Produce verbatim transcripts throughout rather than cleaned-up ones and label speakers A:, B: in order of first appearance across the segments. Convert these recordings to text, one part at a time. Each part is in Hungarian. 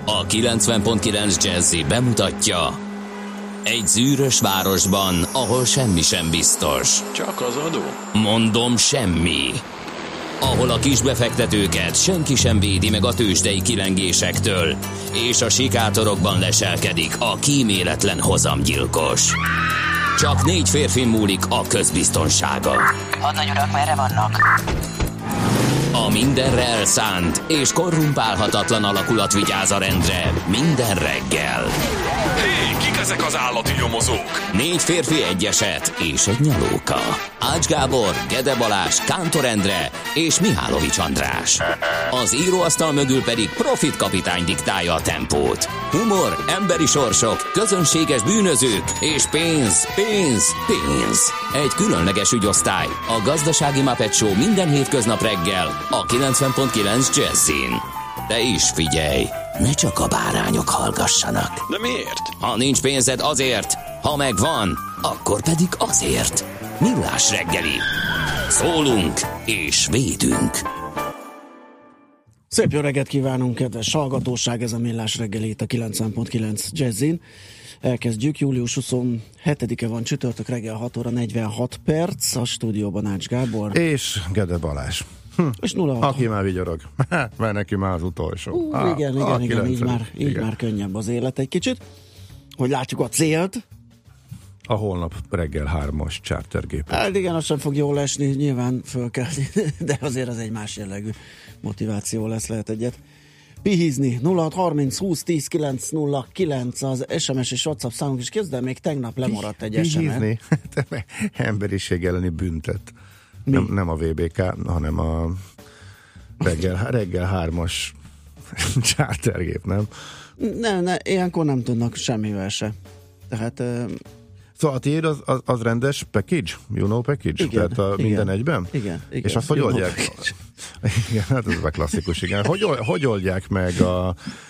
A: A kilencven pont kilenc Jazzy bemutatja: egy zűrös városban, ahol semmi sem biztos.
B: Csak az adó?
A: Mondom, semmi. Ahol a kisbefektetőket senki sem védi meg a tőzsdei kilengésektől, és a sikátorokban leselkedik a kíméletlen hozamgyilkos. Csak négy férfi múlik a közbiztonsága.
C: Hadnagy urak, merre vannak?
A: A mindenre elszánt és korrumpálhatatlan alakulat vigyáz a rendre minden reggel.
B: Hé, kik ezek az állati nyomozók?
A: Négy férfi, egy eset és egy nyalóka. Ács Gábor, Gede Balázs, Kántor Endre és Mihálovics András. Az íróasztal mögül pedig Profit kapitány diktálja a tempót. Humor, emberi sorsok, közönséges bűnözők és pénz, pénz, pénz. Egy különleges ügyosztály, a Gazdasági Muppet Show minden hétköznap reggel a kilencven pont kilenc Jazzin. De is figyelj, ne csak a bárányok hallgassanak.
B: De miért?
A: Ha nincs pénzed, azért, ha megvan, akkor pedig azért. Millás reggeli. Szólunk és védünk.
D: Szép jó reggelt kívánunk, kedves hallgatóság, ez a Millás reggeli itt a kilencven pont kilenc Jazzin. Elkezdjük, július huszonhetedike van, csütörtök reggel hat óra negyvenhat perc, a stúdióban Ács Gábor.
E: És Gede Balázs. Hm.
D: És nulla hat.
E: Aki már vigyorog, mert neki már az utolsó.
D: Uh,
E: ah,
D: igen, igen,
E: ah,
D: igen, így, már, így
E: igen.
D: már könnyebb az élet egy kicsit, hogy látjuk a célt.
E: A holnap reggel hármas chartergép.
D: Hát igen, az sem fog jól esni, nyilván föl kell, de azért az egy más jellegű motiváció lesz, lehet egyet pihizni. Nulla hat harminc húsz tíz kilenc nulla kilenc az es em es és WhatsApp számunk, és képzeld, még tegnap lemaradt egy es em es.
E: Emberiség elleni büntet. Nem, nem a vé bé ká, hanem a reggel, reggel hármas chartergép, nem?
D: Ne, ne, ilyenkor nem tudnak semmivel se. Tehát...
E: Szóval a tiéd az, az, az rendes package? You know package?
D: Igen,
E: Tehát a
D: igen,
E: minden egyben?
D: Igen, igen.
E: És azt hogy
D: you
E: oldják? Igen, hát ez a klasszikus, igen. Hogy, hogy oldják meg a,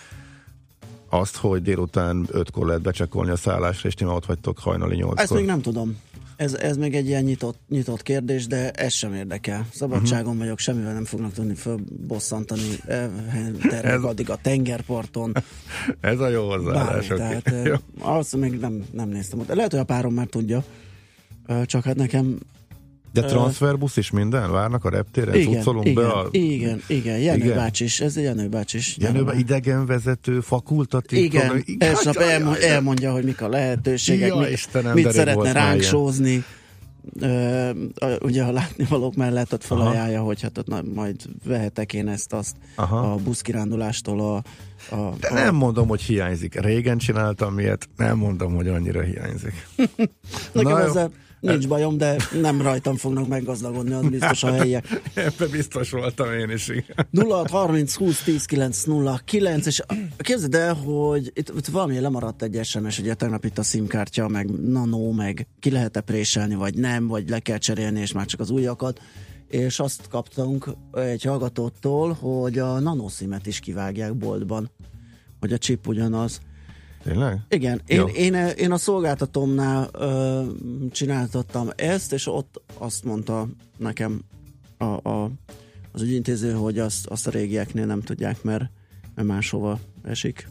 E: azt, hogy délután ötkor lehet becsekolni a szállásra, és ti már ott vagytok hajnali nyolckor?
D: Ezt még nem tudom. Ez, ez még egy ilyen nyitott, nyitott kérdés, de ez sem érdekel. Szabadságon uh-huh. vagyok, semmivel nem fognak tudni fölbosszantani tervek addig a tengerparton.
E: Ez a jó hozzáállás.
D: Okay. Tehát azt még nem, nem néztem ott. Lehet, hogy a párom már tudja, csak hát nekem...
E: De transferbusz is minden? Várnak a reptéren?
D: Igen, igen,
E: be a...
D: igen, igen. Jenő igen. bácsi is, ez Jenő bácsi is.
E: Jenő bácsi, idegenvezető, fakultatív.
D: Igen,
E: program...
D: ez elmond, elmondja, hogy mik a lehetőségek,
E: ja,
D: mit,
E: Istenem,
D: mit szeretne ránk
E: ilyen.
D: sózni. Uh, ugye a látnivalók mellett ott felajánlja, hogy hát ott na, majd vehetek én ezt azt Aha. a buszkirándulástól a, a,
E: De
D: a...
E: nem mondom, hogy hiányzik. Régen csináltam ilyet, nem mondom, hogy annyira hiányzik.
D: Nekem ezzel nincs bajom, de nem rajtam fognak meggazdagodni, az biztos a helyiek.
E: Ebben biztos voltam én is, igen.
D: nulla hat harminc húsz tíz kilenc nulla kilenc, és képzeld el, hogy itt, itt valami lemaradt egy es em es, ugye tegnap itt a SIM-kártya, meg nano, meg ki lehet-e préselni, vagy nem, vagy le kell cserélni, és már csak az újakat, és azt kaptunk egy hallgatótól, hogy a nano SIM-et is kivágják boltban, hogy a chip ugyanaz.
E: Tényleg?
D: Igen, én, én, én a szolgáltatómnál ö, csináltattam ezt, és ott azt mondta nekem a, a, az ügyintéző, hogy azt, azt a régieknél nem tudják, mert, mert máshova esik.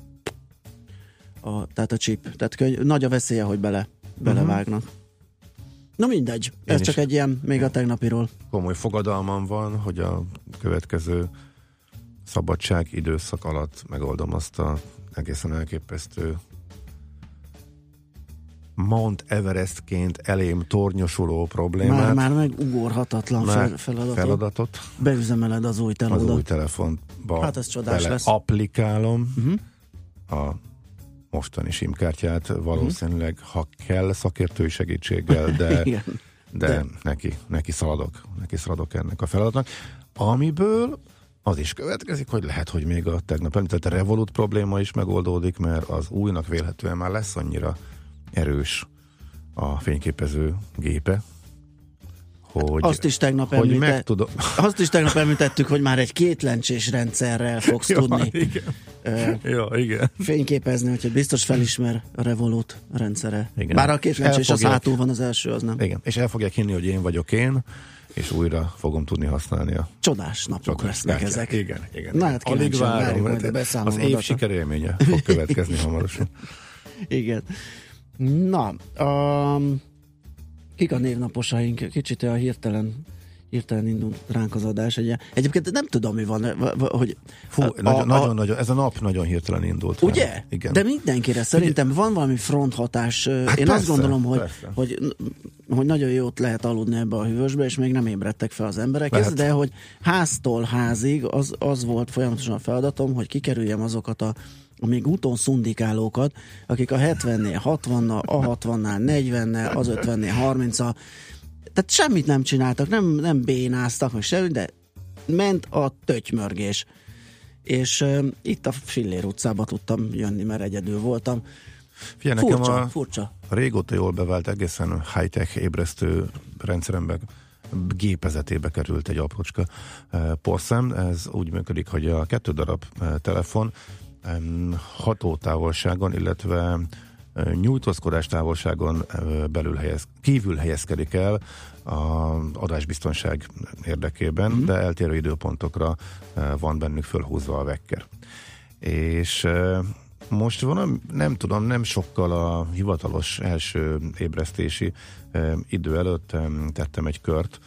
D: A, tehát a chip. Tehát köny- nagy a veszélye, hogy bele, belevágnak. Uh-huh. Na mindegy, én ez csak egy ilyen, még a tegnapiról.
E: Komoly fogadalmam van, hogy a következő szabadság időszak alatt megoldom azt a egészen elképesztő Mount Everestként elém tornyosuló problémát.
D: Már, már megugorhatatlan
E: már
D: feladatot.
E: feladatot.
D: Beüzemeled az új telódat.
E: Az új telefonba
D: hát ez csodás lesz.
E: applikálom
D: uh-huh.
E: a mostani SIM-kártyát, valószínűleg, uh-huh. ha kell, szakértői segítséggel, de, de, de neki, neki szaladok, neki szaladok ennek a feladatnak. Amiből az is következik, hogy lehet, hogy még a tegnap említett a Revolut probléma is megoldódik, mert az újnak vélhetően már lesz annyira erős a fényképező gépe, hogy,
D: azt is tegnap,
E: hogy
D: említett,
E: meg tudom.
D: Azt is tegnap említettük, hogy már egy kétlencsés rendszerrel fogsz
E: ja,
D: tudni
E: igen.
D: Uh,
E: ja, igen.
D: fényképezni, úgyhogy biztos felismer a Revolut rendszere.
E: Igen.
D: Bár a kétlencsés az
E: fogják,
D: hátul van, az első az nem.
E: Igen, és el fogják hinni, hogy én vagyok én, és újra fogom tudni használni a
D: csodás napok
E: csodás
D: lesznek
E: kártyát.
D: ezek.
E: Igen, igen.
D: Na hát
E: alig várom, az év sikerélménye fog következni hamarosan.
D: Igen. Na, um, kik a névnaposaink? Kicsit a hirtelen hirtelen indult ránk az adás. Egy, egyébként nem tudom, mi van, hogy...
E: Fú,
D: a,
E: nagyon,
D: a,
E: nagyon, nagyon, ez a nap nagyon hirtelen indult.
D: Ugye?
E: Rá. Igen.
D: De mindenkire szerintem van valami fronthatás. Hát Én persze, azt gondolom, hogy, hogy, hogy nagyon jót lehet aludni ebbe a hűvösbe, és még nem ébredtek fel az emberek. Ez, de hogy háztól házig az, az volt folyamatosan a feladatom, hogy kikerüljem azokat a a még úton szundikálókat, akik a hetvennél hatvannal, a hatvannál negyvennel, az ötvennél harminccal, tehát semmit nem csináltak, nem, nem bénáztak, meg semmi, de ment a tötymörgés. És uh, itt a Fillér utcába tudtam jönni, mert egyedül voltam.
E: Figyelj,
D: furcsa,
E: nekem a
D: furcsa.
E: régóta jól bevált, egészen high-tech ébresztő rendszerembe, gépezetébe került egy aprócska uh, porszem. Ez úgy működik, hogy a kettő darab uh, telefon um, hatótávolságon, illetve nyújtózkodás távolságon belül helyez, kívül helyezkedik el az adásbiztonság érdekében, mm. de eltérő időpontokra van bennük fölhúzva a vekker. És most van, nem tudom, nem sokkal a hivatalos első ébresztési idő előtt tettem egy kört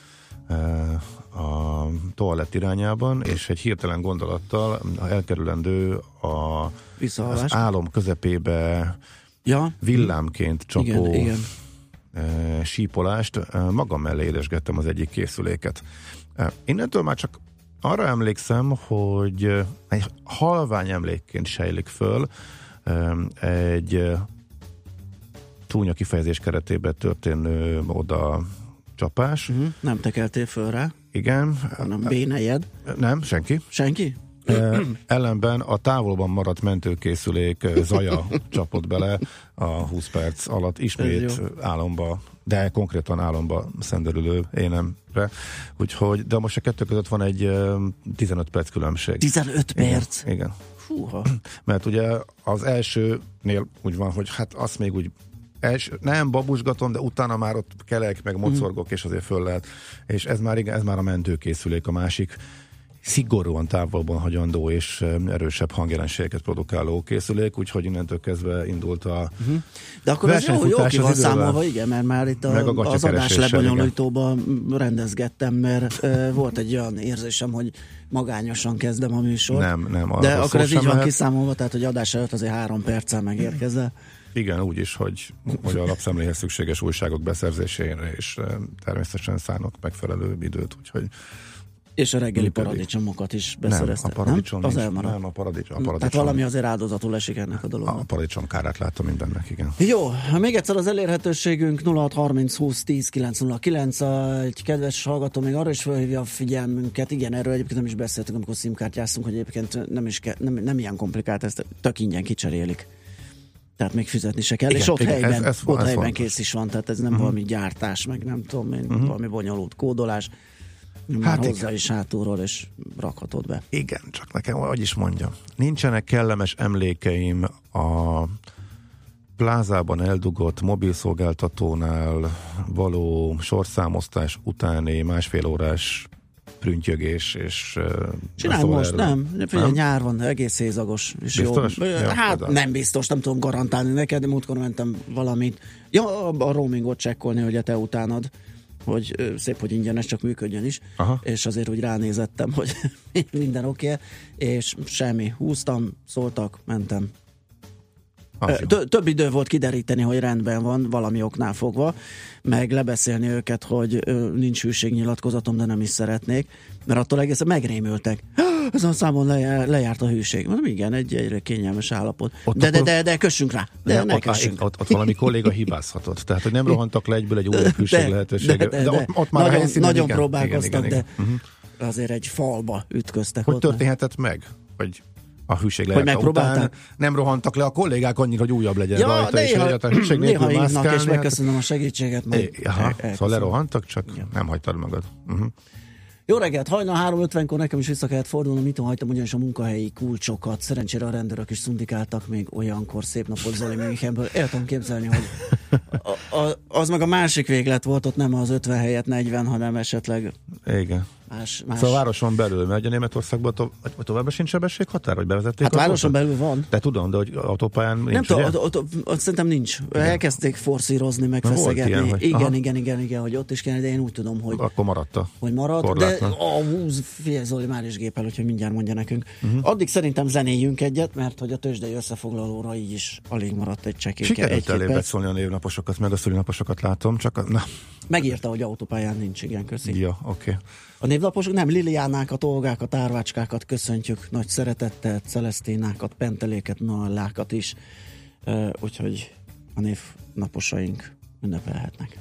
E: a toalett irányában, és egy hirtelen gondolattal elkerülendő a, az álom közepébe ja. villámként csapó igen, igen. E, sípolást e, magam mellé édesgettem az egyik készüléket. E, innentől már csak arra emlékszem, hogy egy halvány emlékként sejlik föl e, egy e, csúnya kifejezés keretében történő oda csapás. Uh-huh.
D: Nem tekeltél föl rá?
E: Igen.
D: Nem bénelyed?
E: Nem, senki.
D: Senki?
E: Uh, ellenben a távolban maradt mentőkészülék zaja csapott bele a húsz perc alatt ismét álomba, de konkrétan álomba szenderülő énemre. Úgyhogy, de most a kettő között van egy uh, tizenöt perc különbség.
D: tizenöt perc?
E: Igen. igen.
D: Fúha.
E: Mert ugye az elsőnél úgy van, hogy hát azt még úgy Els, nem babusgatom, de utána már ott kelek, meg mocorgok, mm. és azért föl lehet. És ez már, igen, ez már a mentőkészülék, a másik szigorúan távolban hagyandó és erősebb hangjelenségeket produkáló készülék, úgyhogy innentől kezdve indult a
D: uh-huh. De akkor ez jó, jó ki van számolva, igen, mert már itt a, a az adás lebonyolítóban rendezgettem, mert uh, volt egy olyan érzésem, hogy magányosan kezdem a műsort.
E: Nem, nem.
D: De akkor ez így van kiszámolva, tehát hogy adás előtt azért három perccel megérkezel.
E: Igen, úgy is, hogy, hogy a lapszemléhez szükséges újságok beszerzésére és természetesen szánok megfelelő időt, úgyhogy
D: és a reggeli paradicsomokat is beszereztem.
E: Nem, a paradicsom
D: nem? Az
E: nincs,
D: elmarad.
E: nem, a paradicsom, a paradicsom.
D: Tehát valami azért áldozatul esik ennek a dolognak.
E: A paradicsom kárát láttam mindennek, igen.
D: Jó, még egyszer az elérhetőségünk nulla hat harminc húsz tíz kilenc nulla kilenc. Egy kedves hallgató még arra is felhívja a figyelmünket. Igen, erről egyébként nem is beszéltünk, amikor szimkártyáztunk, hogy egyébként nem, is ke- nem, nem ilyen komplikált, ezt tök ingyen kicserélik. Tehát még fizetni se kell, igen, és ott igen, helyben, ez, ez, ott ez helyben kész is van, tehát ez nem uh-huh. valami gyártás, meg nem tudom én, uh-huh. valami bonyolult kódolás. Már hát hozzá igen. is hátulról, és rakhatod be.
E: Igen, csak nekem, hogy is mondjam, nincsenek kellemes emlékeim a plázában eldugott mobilszolgáltatónál való sorszámosztás utáni másfél órás prüntjögés, és
D: csinálj most, erről. nem, figyelj, nem? Nyár van, egész hézagos. És
E: biztos?
D: Jó. Ja, hát oda. Nem biztos, nem tudom garantálni neked, de múltkor mentem valamit. Ja, a roamingot csekkolni, hogy a te utánad, hogy szép, hogy ingyenes, csak működjön is. Aha. És azért úgy ránézettem, hogy minden oké, okay, és semmi. Húztam, szóltak, mentem. T- több idő volt kideríteni, hogy rendben van, valami oknál fogva, meg lebeszélni őket, hogy ö, nincs hűségnyilatkozatom, de nem is szeretnék, mert attól egészen megrémültek. Ezen a számon lejár, lejárt a hűség. Mondom, igen, egy egyre kényelmes állapot. De, akkor... de, de, de kössünk rá. De
E: nem,
D: ne
E: ott,
D: kössünk.
E: Ott, ott valami kolléga hibázhatott. Tehát, hogy nem rohantak le egyből egy újabb hűség de, lehetősége. De, de, de, de ott, ott már
D: nagyon,
E: helyszínen,
D: nagyon
E: igen,
D: próbálkoztak,
E: igen, igen,
D: de
E: igen.
D: azért egy falba ütköztek.
E: Hogy
D: ott
E: történhetett ne? meg? Hogy a hűség
D: hogy
E: lejárta után nem rohantak le a kollégák annyira, hogy újabb legyen
D: ja,
E: rajta,
D: néha,
E: és egyáltalán hűség nélkül
D: néha hívnak, és
E: hát...
D: megköszönöm a segítséget. Majd
E: é, aha, szóval lerohantak, csak ja. nem hagytad magad. Uh-huh.
D: Jó reggelt, hajnal három ötvenkor nekem is vissza kellett fordulnom, mit hagytam ugyanis a munkahelyi kulcsokat. Szerencsére a rendőrök is szundikáltak még olyankor. Szép napot, Zoli Münchenből. El tudom képzelni, hogy a, a, az meg a másik véglet volt, ott nem az ötven helyett negyven, hanem esetleg
E: igen.
D: Más, más.
E: Szóval a városon belül, mert a Németországban to- továbbra sincs sebességhatár, hogy bevezették?
D: Hát városon belül van.
E: De tudom, de hogy autópályán nincs,
D: nem tudom, ott, ott, ott, ott szerintem nincs. Igen. Elkezdték forszírozni, meg na, feszegetni. Ilyen, hogy... Igen, igen, igen, igen, hogy ott is kellene, de én úgy tudom, hogy...
E: Akkor maradt.
D: Hogy maradt, de a húz, figyelj Zoli, már is gépel, úgyhogy mindjárt mondja nekünk. Uh-huh. Addig szerintem zenéljünk egyet, mert hogy a tőzsdei összefoglalóra így is alig maradt egy csekéke.
E: Sikerült elébb beszólni a névnaposokat, meg a szülinaposokat látom, csak a... Na.
D: Megírta, hogy autópályán nincs, igen, köszi.
E: Ja, oké. Okay.
D: A névlaposok nem, Liliánákat, Olgákat, Árvácskákat köszöntjük, nagy szeretettel, Celesztinákat, Penteléket, Nallákat is, uh, úgyhogy a névnaposaink ünnepelhetnek.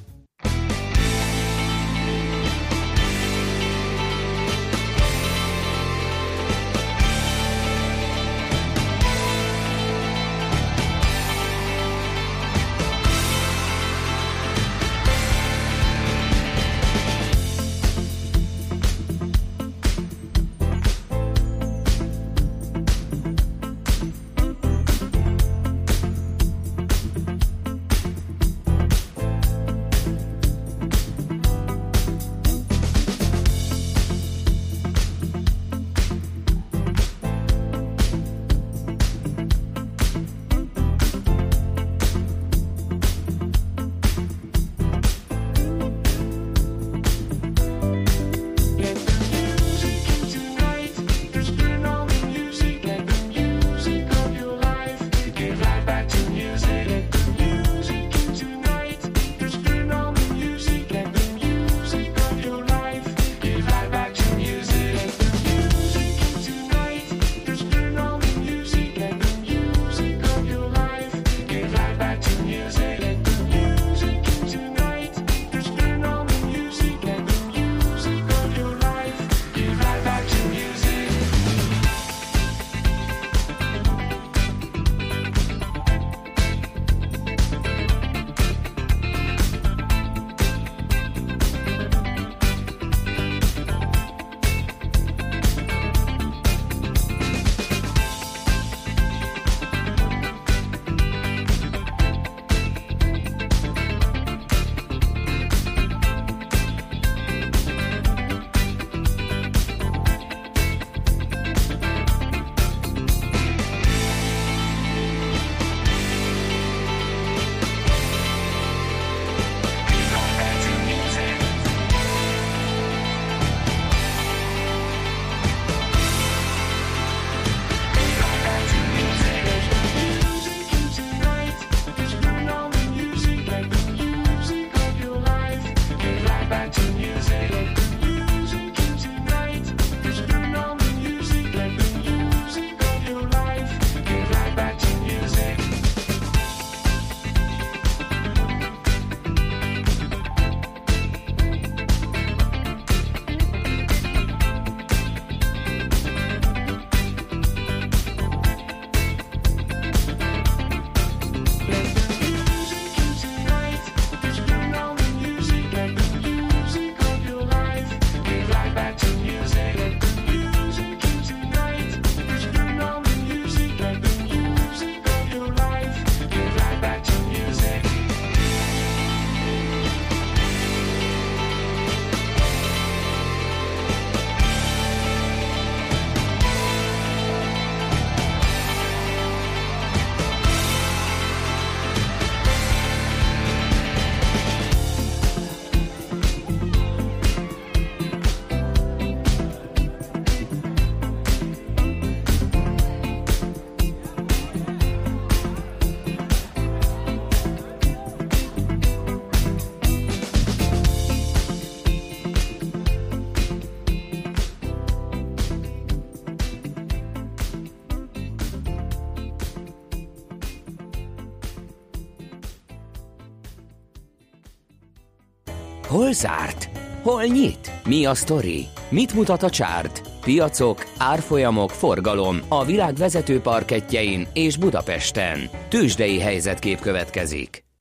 A: Hol zárt? Hol nyit? Mi a sztori? Mit mutat a csárt? Piacok, árfolyamok, forgalom a világ vezető parkettjein és Budapesten. Tőzsdei helyzetkép következik.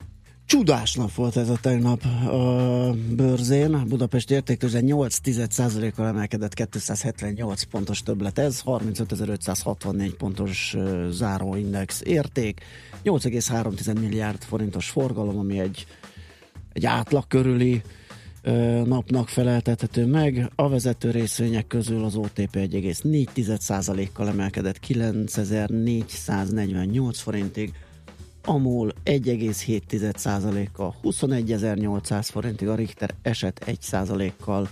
D: Csodás nap volt ez a tegnap a bőrzén. A Budapest értéktőzsde nyolc egész egy százalékkal emelkedett, kétszázhetvennyolc pontos többlet ez, harmincötezer-ötszázhatvannégy pontos uh, záróindex érték, nyolc egész három milliárd forintos forgalom, ami egy, egy átlag körüli uh, napnak feleltethető meg. A vezető részvények közül az o té pé egy egész négy százalékkal emelkedett kilencezer-négyszáznegyvennyolc forintig, a MOL egy egész hét százalékkal huszonegyezer-nyolcszáz forintig, a Richter esett egy százalékkal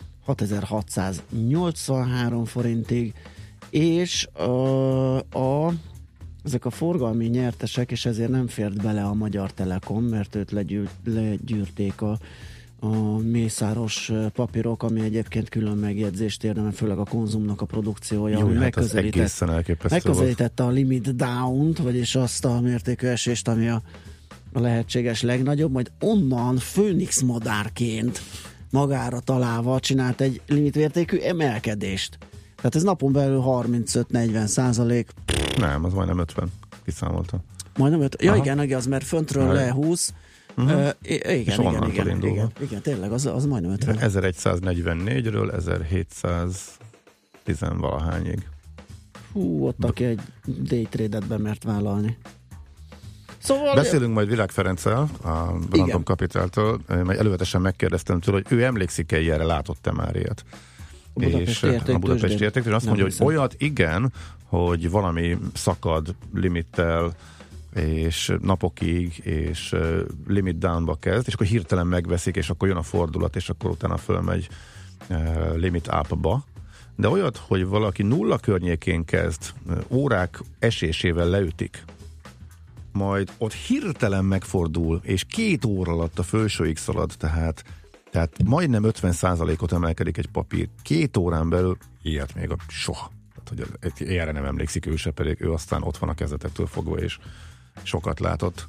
D: hatezer-hatszáznyolcvanhárom forintig, és a, a, ezek a forgalmi nyertesek, és ezért nem fért bele a Magyar Telekom, mert őt legyűrt, legyűrték a, a mészáros papírok, ami egyébként külön megjegyzést érdemel, főleg a Konzumnak a produkciója,
E: Jó,
D: ami
E: hát
D: megközelített, megközelítette a limit down-t, vagyis azt a mértékű esést, ami a, a lehetséges legnagyobb, majd onnan Főnix madárként magára találva csinált egy limitértékű emelkedést. Tehát ez napon belül harmincöt-negyven százalék.
E: Nem, az majdnem ötven, kiszámolta.
D: Majdnem ötven? Ja, igen, igaz, mert föntről le húsz.
E: Uh-huh.
D: Uh, igen, igen, igen, igen, igen, tényleg, az, az majdnem ötven.
E: ezeregyszáznegyvennégyről ezerhétszáztíz valahányig.
D: Hú, ott aki egy daytrade-et bemert vállalni. Szóval...
E: Beszélünk majd Virág Ferenccel, a Random Capitaltól, mert előzetesen megkérdeztem tőle, hogy ő emlékszik-e ilyenre, látott-e már ilyet.
D: A Budapesti érték,
E: a Budapesti értéktől azt mondja, hiszem. Hogy olyat igen, hogy valami szakad limittel, és napokig, és uh, limit downba kezd, és akkor hirtelen megveszik, és akkor jön a fordulat, és akkor utána fölmegy uh, limit upba. De olyat, hogy valaki nulla környékén kezd, uh, órák esésével leütik, majd ott hirtelen megfordul, és két óra alatt a felsőig szalad, tehát, tehát majdnem ötven százalékot emelkedik egy papír. Két órán belül ilyet még a soha. Tehát, hogy ilyenre nem emlékszik ő se, pedig ő aztán ott van a kezdetektől fogva, és sokat látott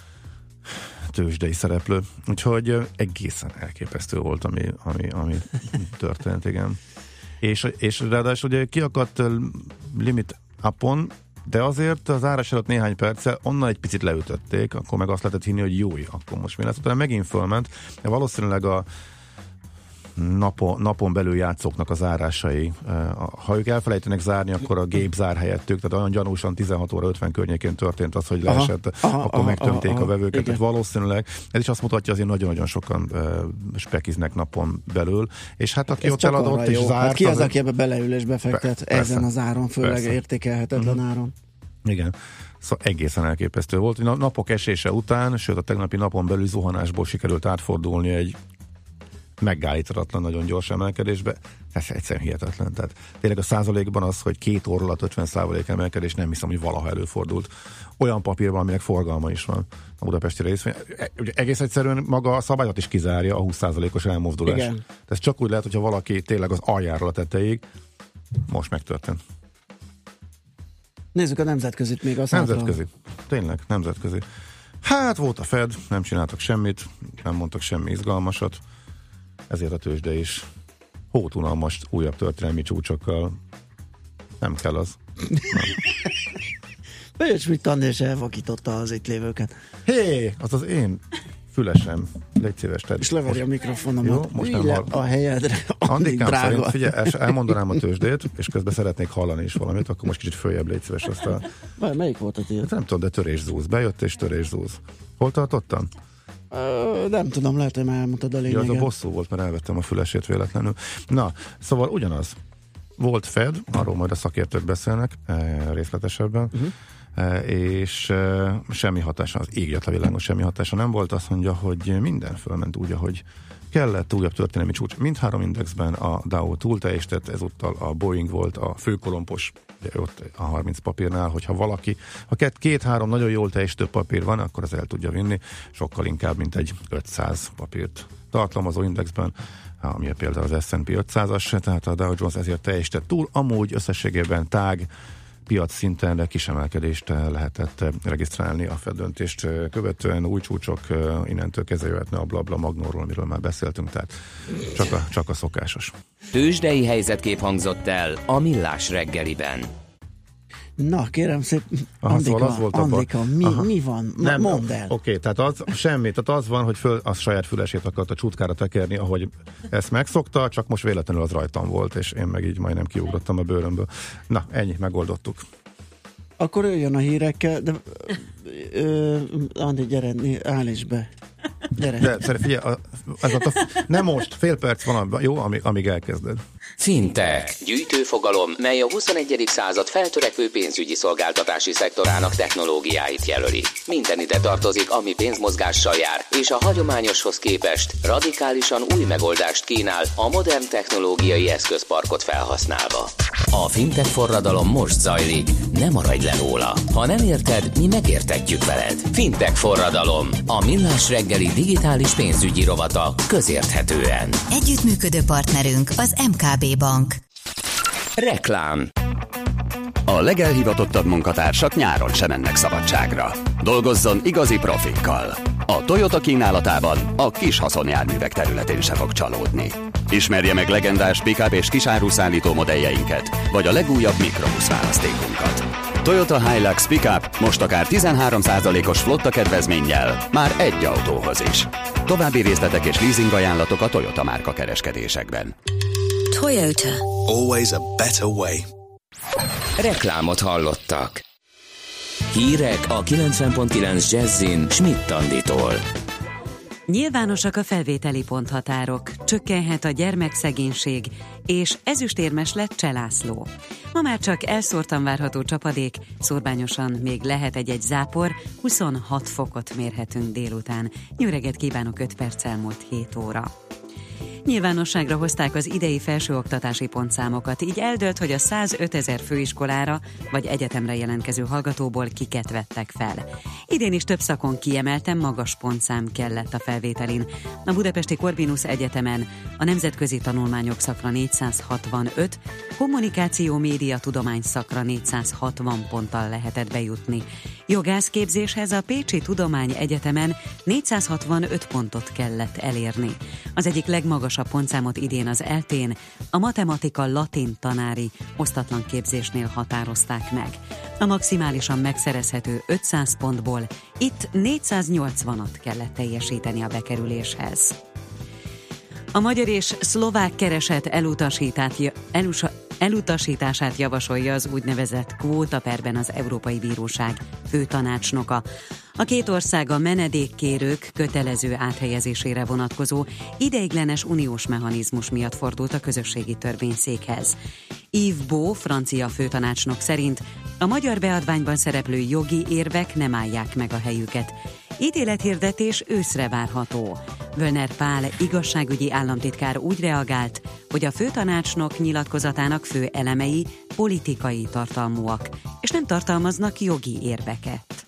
E: tőzsdei szereplő. Úgyhogy egészen elképesztő volt, ami, ami, ami történt, igen. És, és ráadásul ugye kiakadt limit upon, de azért az árás előtt néhány perccel onnan egy picit leütötték, akkor meg azt lehetett hinni, hogy jói, akkor most mi lesz. Utána megint fölment, de valószínűleg a napon, napon belül játszóknak az zárásai. Ha ők elfelejtenek zárni, akkor a gép zár helyettük, tehát olyan gyanúsan tizenhat óra ötven környékén történt az, hogy leesett, aha, aha, akkor aha, megtömték aha, a vevőket. Tehát valószínűleg ez is azt mutatja, azért nagyon-nagyon sokan uh, spekiznek napon belül, és hát aki ez ott eladott és zárt... Hát
D: ki az, aki ebbe beleül és befektet be, ezen az áron, főleg persze. Értékelhetetlen mm. áron.
E: Igen. Szóval egészen elképesztő volt. Napok esése után, sőt a tegnapi napon belül zuhanásból sikerült átfordulni egy megállíthatatlan, nagyon gyors emelkedésbe. Ez egyszerűen hihetetlen. Tehát tényleg a százalékban az, hogy két óra alatt ötven százalék emelkedés, nem hiszem, hogy valaha előfordult. Olyan papírban, aminek forgalma is van a budapesti részvény. Ugye egész egyszerűen maga a szabályzat is kizárja a húsz százalékos elmozdulás. Igen. Ez csak úgy lehet, hogyha valaki tényleg az aljáról a tetejéig. Most megtörtént.
D: Nézzük a nemzetközit még. Az
E: nemzetközi. Hátra. Tényleg, nemzetközi. Hát volt a Fed, nem csináltak semmit, nem mondtak semmi izgalmasat. Ezért a tőzsde is hótunalmas újabb történelmi csúcsokkal. Nem kell az.
D: Bőcs, mit tanni, és elvakította az itt lévőket.
E: Hé, az az én fülesem. Légy szíves.
D: És leveri a mikrofonomat.
E: Jó, most nem hall...
D: a helyedre,
E: Andikám szerint, figyelj, elmondanám a tőzsdét, és közben szeretnék hallani is valamit, akkor most kicsit följebb légy szíves. Aztán...
D: Melyik volt a tiéd?
E: Nem tudom, de törés-zúz. Bejött és törés-zúz. Hol tartottam?
D: Ö, nem tudom, lehet, hogy már elmondtad a lényeget.
E: Ja, az a bosszú volt, mert elvettem a fülesét véletlenül. Na, szóval ugyanaz. Volt Fed, arról majd a szakértők beszélnek e, részletesebben, uh-huh. e, és e, semmi hatása, az ég jött a világon, semmi hatása nem volt. Azt mondja, hogy minden fölment úgy, ahogy kellett, újabb történelmi csúcs. Mindhárom indexben a Dow túl teljesített, ezúttal a Boeing volt a főkolompos, ott a harminc papírnál, hogyha valaki, ha két-három nagyon jól teljesítő papír van, akkor az el tudja vinni, sokkal inkább, mint egy ötszáz papírt tartalmazó indexben, ami például az es and pé ötszázas, tehát a Dow Jones ezért teljesített túl, amúgy összességében tág, piac szinten kisemelkedést lehetett regisztrálni a Fed döntést követően, új csúcsok, innentől kezdve jöhetne a blabla Magnóról, amiről már beszéltünk, tehát csak a, csak a szokásos.
A: Tőzsdei helyzetkép hangzott el a Millás reggeliben.
D: Na, kérem szép,
E: Aha,
D: Andika,
E: szóval az volt
D: Andika, mi, mi van?
E: Nem,
D: Mondd el.
E: Oké, okay, tehát az semmi, tehát az van, hogy föl, az saját fülesét akart a csutkára tekerni, ahogy ezt megszokta, csak most véletlenül az rajtam volt, és én meg így majdnem kiugrottam a bőrömből. Na, ennyi, megoldottuk.
D: Akkor jöjjön a hírekkel, de ö, Andi, gyere, állj is be. Gyere.
E: De szerintem figyelj, a, ez a, nem most, fél perc van, abban, jó, amíg, amíg elkezded.
A: Fintech. Gyűjtőfogalom, mely a huszonegyedik század feltörekvő pénzügyi szolgáltatási szektorának technológiáit jelöli. Minden ide tartozik, ami pénzmozgással jár, és a hagyományoshoz képest radikálisan új megoldást kínál a modern technológiai eszközparkot felhasználva. A fintech forradalom most zajlik, ne maradj le róla. Ha nem érted, mi megértetjük veled. Fintech forradalom, a Millás reggeli digitális pénzügyi rovata közérthetően.
F: Együttműködő partnerünk az em ká bé Bank.
A: Reklám.
G: A legelhivatottabb munkatársak nyáron sem mennek szabadságra. Dolgozzon igazi profikkal. A Toyota kínálatában a kis haszonjárművek területén se fog csalódni. Ismerje meg legendás pick-up és kisáruszállító modelljeinket, vagy a legújabb mikrobusz választékunkat. Toyota Hilux Pickup most akár tizenhárom százalékos flotta kedvezménnyel, már egy autóhoz is. További részletek és leasing ajánlatok a Toyota márka kereskedésekben.
F: Toyota.
B: Always a better way.
A: Reklámot hallottak. Hírek a kilencven pont kilenc Jazzin Schmidt Anditól.
H: Nyilvánosak a felvételi ponthatárok, csökkenhet a gyermekszegénység, és ezüstérmes lett Cseh László. Ma már csak elszórtan várható csapadék, szórványosan még lehet egy-egy zápor, huszonhat fokot mérhetünk délután. Jó reggelt kívánok, öt perc elmúlt hét óra. Nyilvánosságra hozták az idei felsőoktatási pontszámokat, így eldőlt, hogy a százötezer főiskolára vagy egyetemre jelentkező hallgatóból kiket vettek fel. Idén is több szakon kiemelten magas pontszám kellett a felvételin. A Budapesti Corvinus Egyetemen a nemzetközi tanulmányok szakra négyszázhatvanöt, kommunikáció média tudomány szakra négyszázhatvan ponttal lehetett bejutni. Jogászképzéshez a Pécsi Tudományegyetemen négyszázhatvanöt pontot kellett elérni. Az egyik legmagasabb pontszámot idén az eltén a matematika-latin tanári osztatlan képzésnél határozták meg. A maximálisan megszerezhető ötszáz pontból itt négyszáznyolcvanat kellett teljesíteni a bekerüléshez. A magyar és szlovák kereset elutasítát, elusa, elutasítását javasolja az úgynevezett kvótaperben az Európai Bíróság főtanácsnoka. A két ország a menedékkérők kötelező áthelyezésére vonatkozó ideiglenes uniós mechanizmus miatt fordult a közösségi törvényszékhez. Yves Beau, francia főtanácsnok szerint a magyar beadványban szereplő jogi érvek nem állják meg a helyüket. Ítélethirdetés őszre várható. Völner Pál igazságügyi államtitkár úgy reagált, hogy a főtanácsnok nyilatkozatának fő elemei politikai tartalmúak, és nem tartalmaznak jogi érveket.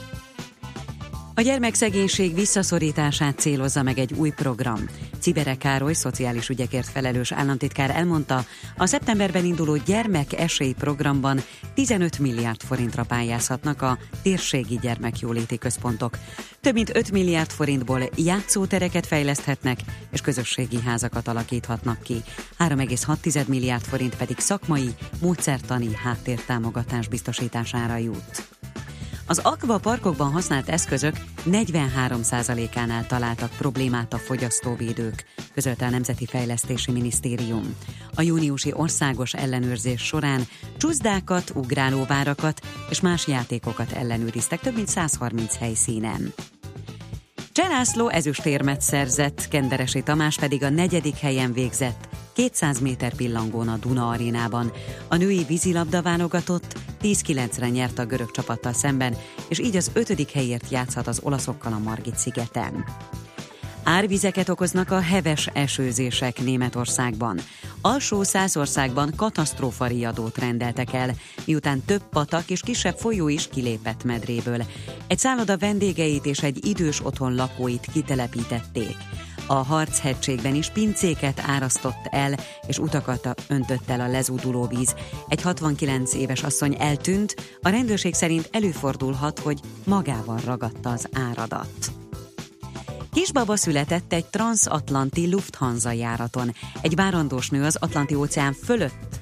H: A gyermekszegénység visszaszorítását célozza meg egy új program. Cibere Károly, szociális ügyekért felelős államtitkár elmondta, a szeptemberben induló gyermek-esély programban tizenöt milliárd forintra pályázhatnak a térségi gyermekjóléti központok. Több mint öt milliárd forintból játszótereket fejleszthetnek, és közösségi házakat alakíthatnak ki. három egész hat milliárd forint pedig szakmai, módszertani háttértámogatás biztosítására jut. Az akvaparkokban használt eszközök negyvenhárom százalékánál találtak problémát a fogyasztóvédők, közölte a Nemzeti Fejlesztési Minisztérium. A júniusi országos ellenőrzés során csuzsdákat, ugrálóvárakat és más játékokat ellenőriztek több mint százharminc helyszínen. Cseh László ezüstérmet szerzett, Kenderesi Tamás pedig a negyedik helyen végzett kétszáz méter pillangón a Duna arénában. A női vízilabda válogatott tíz kilencre nyert a görög csapattal szemben, és így az ötödik helyért játszhat az olaszokkal a Margit-szigeten. Árvizeket okoznak a heves esőzések Németországban. Alsó Szászországban katasztrófariadót rendeltek el, miután több patak és kisebb folyó is kilépett medréből. Egy szálloda vendégeit és egy idős otthon lakóit kitelepítették. A Harchegységben is pincéket árasztott el, és utakat öntött el a lezúduló víz. Egy hatvankilenc éves asszony eltűnt, a rendőrség szerint előfordulhat, hogy magával ragadta az áradat. Kisbaba született egy transatlanti Lufthansa járaton. Egy várandós nő az Atlanti-óceán fölött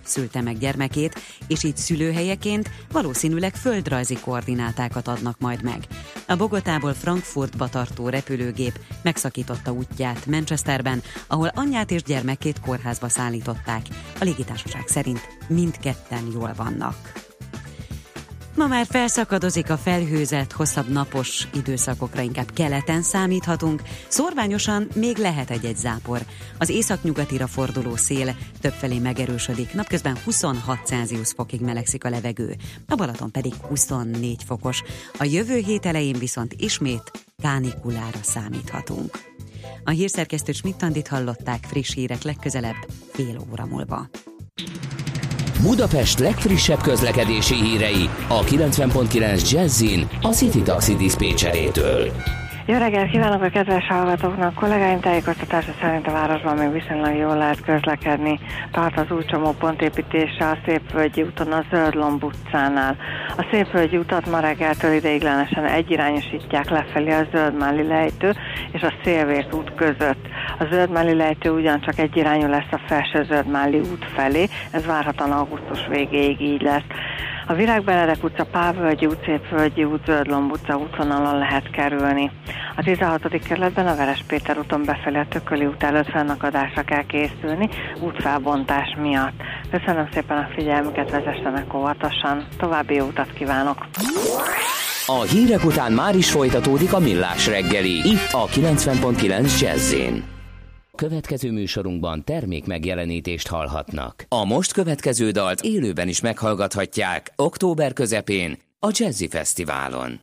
H: szülte meg gyermekét, és így szülőhelyeként valószínűleg földrajzi koordinátákat adnak majd meg. A Bogotából Frankfurtba tartó repülőgép megszakította útját Manchesterben, ahol anyját és gyermekét kórházba szállították. A légitársaság szerint mindketten jól vannak. Ma már felszakadozik a felhőzet, hosszabb napos időszakokra inkább keleten számíthatunk, szórványosan még lehet egy-egy zápor. Az északnyugatira forduló szél többfelé megerősödik, napközben huszonhat Celsius fokig melegszik a levegő, a Balaton pedig huszonnégy fokos. A jövő hét elején viszont ismét kánikulára számíthatunk. A hírszerkesztő Schmidt-Andit hallották, friss hírek legközelebb fél óra múlva.
A: Budapest legfrissebb közlekedési hírei a kilencven pont kilenc Jazzin a City Taxi diszpécserétől.
I: Jó reggelt kívánok a kedves hallgatóknak! Kollégáim tájékoztatása szerint a városban még viszonylag jól lehet közlekedni. Tart az útcsomó pontépítése a Szépvölgyi úton a Zöldlomb utcánál. A Szépvölgyi utat ma reggeltől ideiglenesen egyirányosítják lefelé a Zöldmelli lejtő és a Szélvért út között. A Zöldmelli lejtő ugyancsak egyirányú lesz a Felső Zöldmelli út felé, ez várhatóan augusztus végéig így lesz. A Virág-Benedek utca, Pálvölgyi út, Szépvölgyi út, Zöldlomb utca útvonalon lehet kerülni. A tizenhatodik kerületben a Veres Péter úton befelé a Tököli út előtt fennakadásra kell készülni útfelbontás miatt. Köszönöm szépen a figyelmüket, vezessenek óvatosan. További jó utat kívánok!
A: A hírek után már is folytatódik a Millás reggeli, itt a kilencven pont kilenc Jazz-én. Következő műsorunkban termék megjelenítést hallhatnak. A most következő dalt élőben is meghallgathatják október közepén a Jazzy Fesztiválon.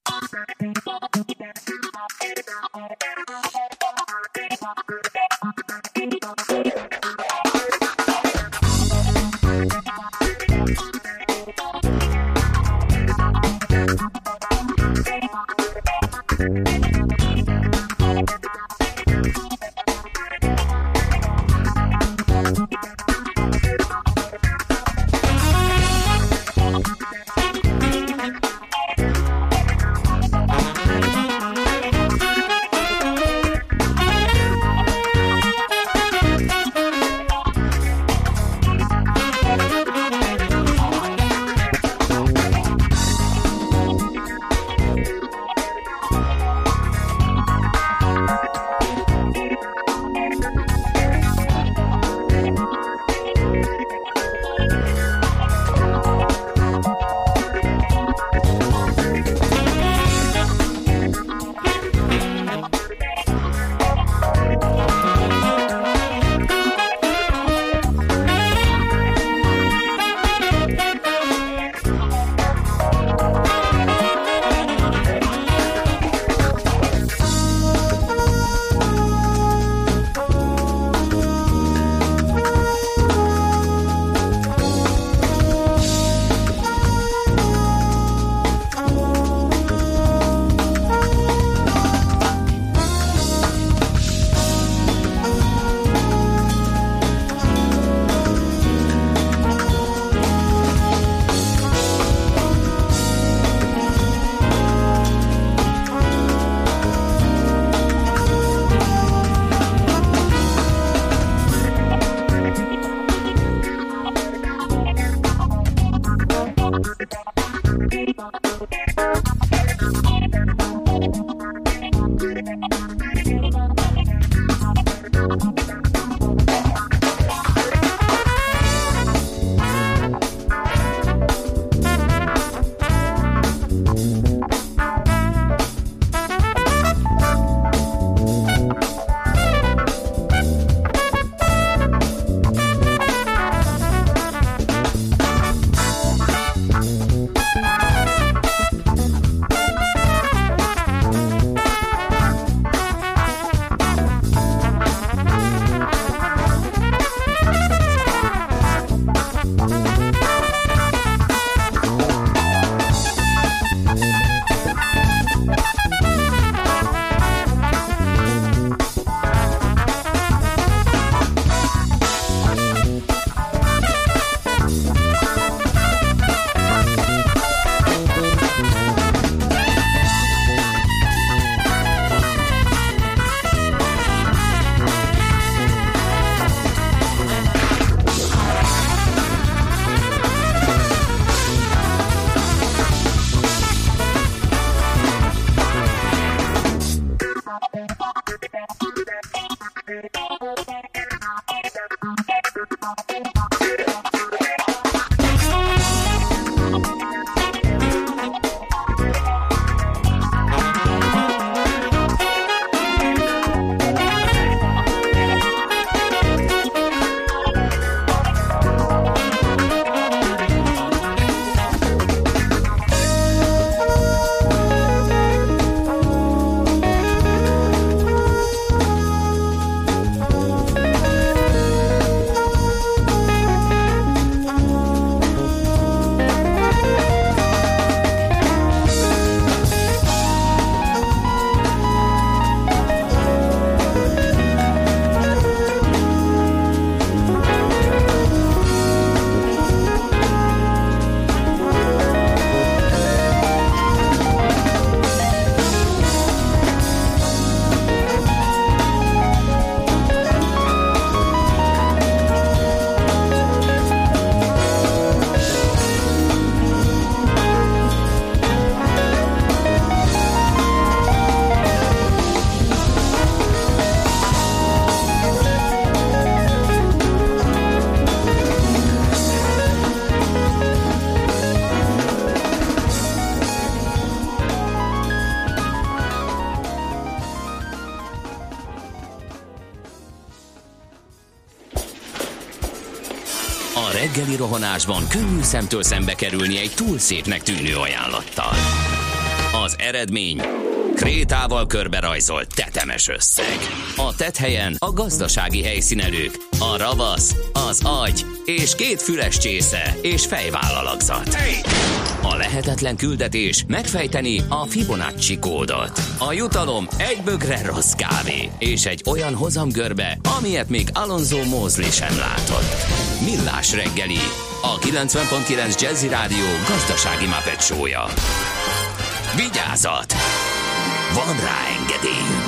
A: reggeli rohanásban könnyű szemtől szembe kerülni egy túl szépnek tűnő ajánlattal. Az eredmény... krétával körberajzolt tetemes összeg. A tetthelyen a gazdasági helyszínelők, a ravasz, az agy és két füles csésze és fejvállalakzat. A lehetetlen küldetés megfejteni a Fibonacci kódot. A jutalom egy bögre rossz kávé és egy olyan hozamgörbe, amilyet még Alonso Mosley sem látott. Millás reggeli, a kilencven pont kilenc Jazzy Rádió gazdasági Muppet show-ja. Vigyázat! Van rá engedélyünk!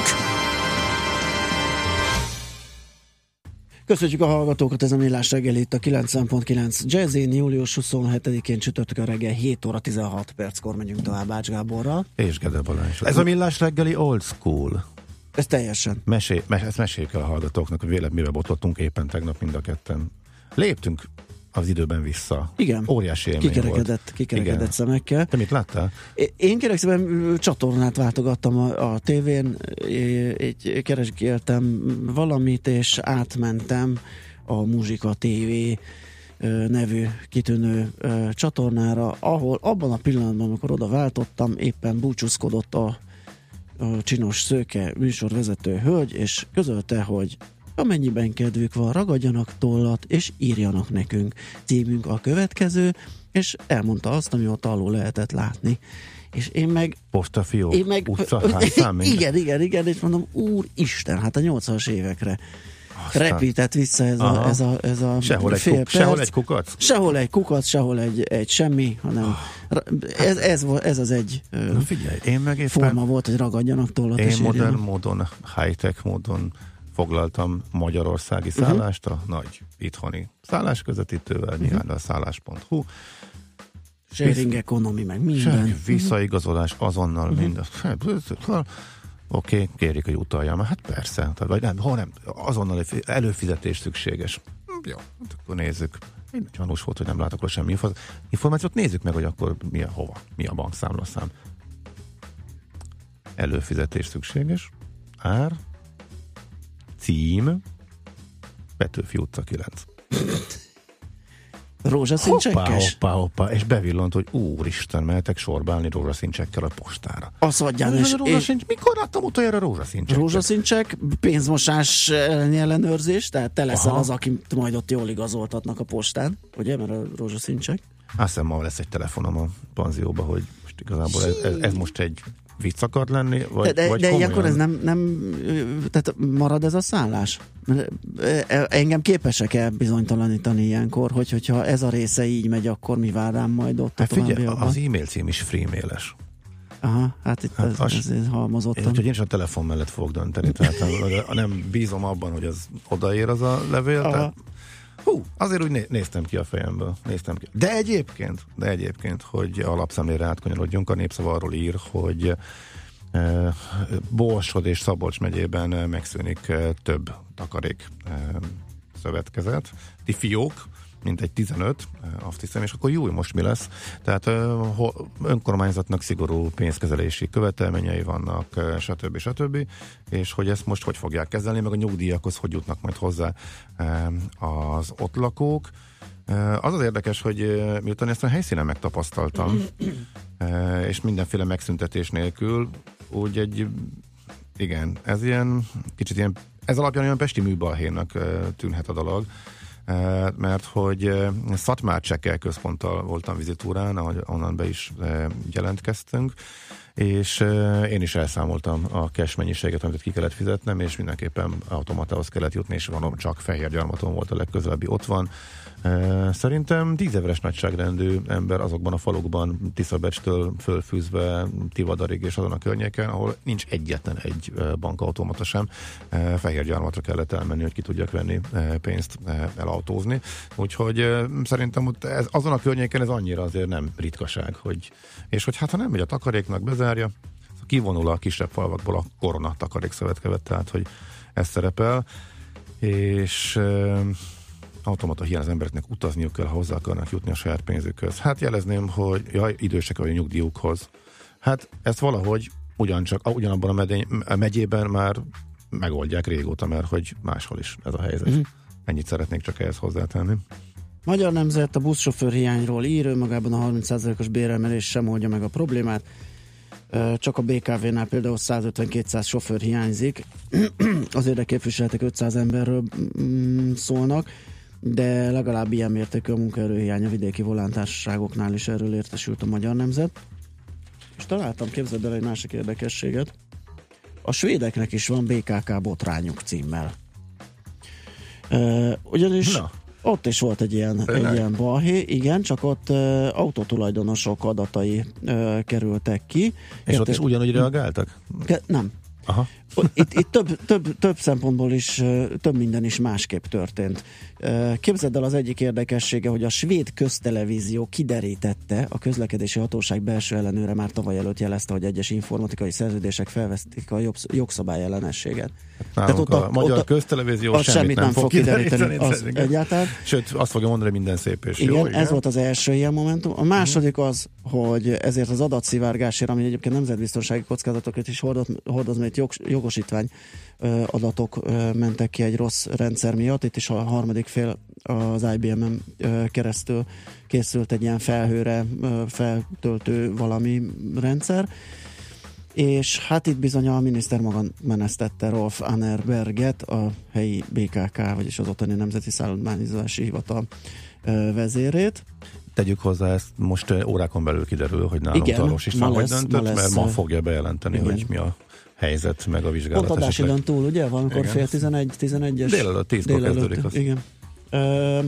D: Köszönjük a hallgatókat, ez a Millás reggeli itt a kilencven pont kilenc Jazzin, július huszonhetedikén csütörtökön reggel hét óra tizenhat perckor megyünk tovább Ács Gáborral.
E: És Gede Balázs. Ez a Millás reggeli old school.
D: Ez teljesen.
E: Mesé, mes, ezt meséljük el a hallgatóknak, hogy véletlenül mivel botlottunk éppen tegnap mind a ketten. Léptünk az időben vissza.
D: Igen.
E: Óriási élmény
D: kikerekedett,
E: volt.
D: Kikerekedett
E: Igen.
D: szemekkel.
E: Te mit láttál?
D: Én kérlek szépen csatornát váltogattam a, a tévén, egy keresgéltem valamit, és átmentem a Muzsika té vé nevű kitűnő csatornára, ahol abban a pillanatban, amikor oda váltottam, éppen búcsúzkodott a, a csinos szőke műsorvezető hölgy, és közölte, hogy amennyiben kedvük van, ragadjanak tollat, és írjanak nekünk. Címünk a következő, és elmondta azt, ami ott alul lehetett látni. És én meg...
E: Postafiók,
D: én meg,
E: utca, hányszám,
D: igen, igen, igen, és mondom, úristen, hát a nyolcvanas évekre aztán repített vissza ez a, ez a, ez a
E: sehol egy,
D: fél
E: kuk, sehol egy kukac?
D: Sehol egy kukac, sehol egy, egy semmi, hanem ez, ez, ez az egy
E: Na figyelj, én meg éppen
D: forma volt, hogy ragadjanak tollat,
E: én
D: és
E: modern
D: írjanak.
E: módon, high-tech módon foglaltam magyarországi szállást a nagy itthoni szállásközetítővel, uh-huh. nyilván a szállás pont hu.
D: Sharing economy, meg minden.
E: Visszaigazolás azonnal uh-huh. minden. Oké, okay, kérik, hogy utaljam. Hát persze, vagy nem, ha nem, azonnal előfizetés szükséges. Jó, hát akkor nézzük. Én gyanús volt, hogy nem látok róla semmi információt. Nézzük meg, hogy akkor mi a, hova, mi a bankszámlaszám. Előfizetés szükséges. Ár. Cím. Petőfi utca kilenc.
D: Rózsaszíncsekkes?
E: Hoppá, hoppá, hoppá, és bevillant, hogy úristen, mehetek sorba állni rózsaszíncsekkel a postára.
D: Azt adján, és...
E: Rózsasincs, mikor láttam utoljára rózsaszíncsekkel?
D: Rózsaszíncsek, pénzmosás elleni ellenőrzés, tehát te leszel Aha. az, akit majd ott jól igazoltatnak a postán, ugye, mert a rózsaszíncsek.
E: Azt hiszem, ma lesz egy telefonom a panzióba, hogy most igazából ez, ez, ez most egy vicc akar lenni, vagy,
D: de, de,
E: vagy
D: de ilyenkor ez nem, nem, tehát marad ez a szállás? Engem képesek-e bizonytalanítani ilyenkor, hogy, hogyha ez a része így megy, akkor mi vár rám majd ott
E: hát
D: a
E: figyelj, az e-mail cím is freemail-es.
D: Aha, hát itt hát ez, az, ez halmozottan.
E: Úgyhogy én is a telefon mellett fogok dönteni, tehát nem bízom abban, hogy az odaér az a levél, tehát hú, azért úgy né- néztem ki a fejemből. Néztem ki. De egyébként, de egyébként, hogy a lapszemlére átkanyarodjunk, a Népszava arról ír, hogy e, Borsod és Szabolcs megyében megszűnik e, több takarék e, szövetkezet. Ti fiók, mint egy tizenöt, azt hiszem, és akkor jó, most mi lesz? Tehát önkormányzatnak szigorú pénzkezelési követelményei vannak, stb. stb. És hogy ezt most hogy fogják kezelni, meg a nyugdíjakhoz hogy jutnak majd hozzá az ott lakók. Az az érdekes, hogy miután ezt a helyszínen megtapasztaltam, és mindenféle megszüntetés nélkül, úgy egy, igen, ez ilyen, kicsit ilyen, ez alapján olyan pesti műbalhénak tűnhet a dolog, mert hogy Szatmár-Csekkel központtal voltam vizitúrán, ahogy onnan be is jelentkeztünk, és én is elszámoltam a cash mennyiséget, amit ki kellett fizetnem, és mindenképpen automatához kellett jutni, és van, csak Fehérgyarmaton volt a legközelebbi, ott van. Szerintem tízezeres nagyságrendű ember azokban a falukban, Tiszabecstől fölfűzve Tivadarig és azon a környéken, ahol nincs egyetlen egy bankautomata sem. Fehérgyarmatra kellett elmenni, hogy ki tudjak venni pénzt, elautózni. Úgyhogy szerintem ez, azon a környéken ez annyira azért nem ritkaság, hogy, és hogy hát ha nem megy a takaréknak, bezárja, kivonul a kisebb falvakból a Korona takarékszövetkevet, tehát hogy ez szerepel, és automata hiány az embereknek utazniuk kell, ha hozzá akarnak jutni a saját pénzükhöz. Hát jelezném, hogy jaj, idősek vagy a nyugdíjukhoz. Hát ezt valahogy ugyancsak, ugyanabban a, medény, a megyében már megoldják régóta, mert hogy máshol is ez a helyzet. Mm. Ennyit szeretnék csak ehhez hozzátenni.
D: Magyar Nemzet a buszsofőr hiányról ír, önmagában a harminc százalékos béremelés sem oldja meg a problémát. Csak a bé ká vé-nál például százötven-kétszáz sofőr hiányzik. Az érdekképviseletek ötszáz emberről szólnak, de legalább ilyen mértékű a munkaerőhiány a vidéki volántársaságoknál is, erről értesült a Magyar Nemzet. És találtam, képzeld el, egy másik érdekességet. A svédeknek is van bé ká ká botrányuk címmel. Uh, ugyanis Na. ott is volt egy ilyen, egy ilyen balhé, igen, csak ott uh, autótulajdonosok adatai uh, kerültek ki.
E: És Érte... ott is ugyanúgy reagáltak?
D: Ke- nem.
E: Aha.
D: Itt, itt több, több, több szempontból is, több minden is másképp történt. Képzeld el, az egyik érdekessége, hogy a svéd köztelevízió kiderítette, a közlekedési hatóság belső ellenőre már tavaly előtt jelezte, hogy egyes informatikai szerződések felvesztik a jogszabály ellenességet.
E: Tehát ott a, a magyar ott köztelevízió semmit, semmit nem, nem fog kideríteni.
D: Az egyáltalán.
E: Sőt, azt fogja mondani, hogy minden szép és
D: igen,
E: jó.
D: Igen, ez volt az első ilyen momentum. A második az, hogy ezért az adatszivárgásért, ami egyébként nemzetbiztonsági kockázatokat is hordoz, hordoz mert jog, jogosítvány adatok mentek ki egy rossz rendszer miatt. Itt is a harmadik fél az i bé em-en keresztül készült egy ilyen felhőre feltöltő valami rendszer. És hát itt bizony a miniszter maga menesztette Rolf Annerberget, a helyi bé ká ká, vagyis az ottani Nemzeti Szállítmányozási Hivatal vezérét.
E: Tegyük hozzá, ezt most órákon belül kiderül, hogy nálunk Tarlós István hogy döntött, ma mert ma fogja bejelenteni, igen, hogy mi a helyzet, meg a vizsgálat.
D: Pont adási dönt túl, ugye? Valamikor fél tizenegy, tizenegyes.
E: Délelőtt, tízkor kezdődik az.
D: Igen. Ö,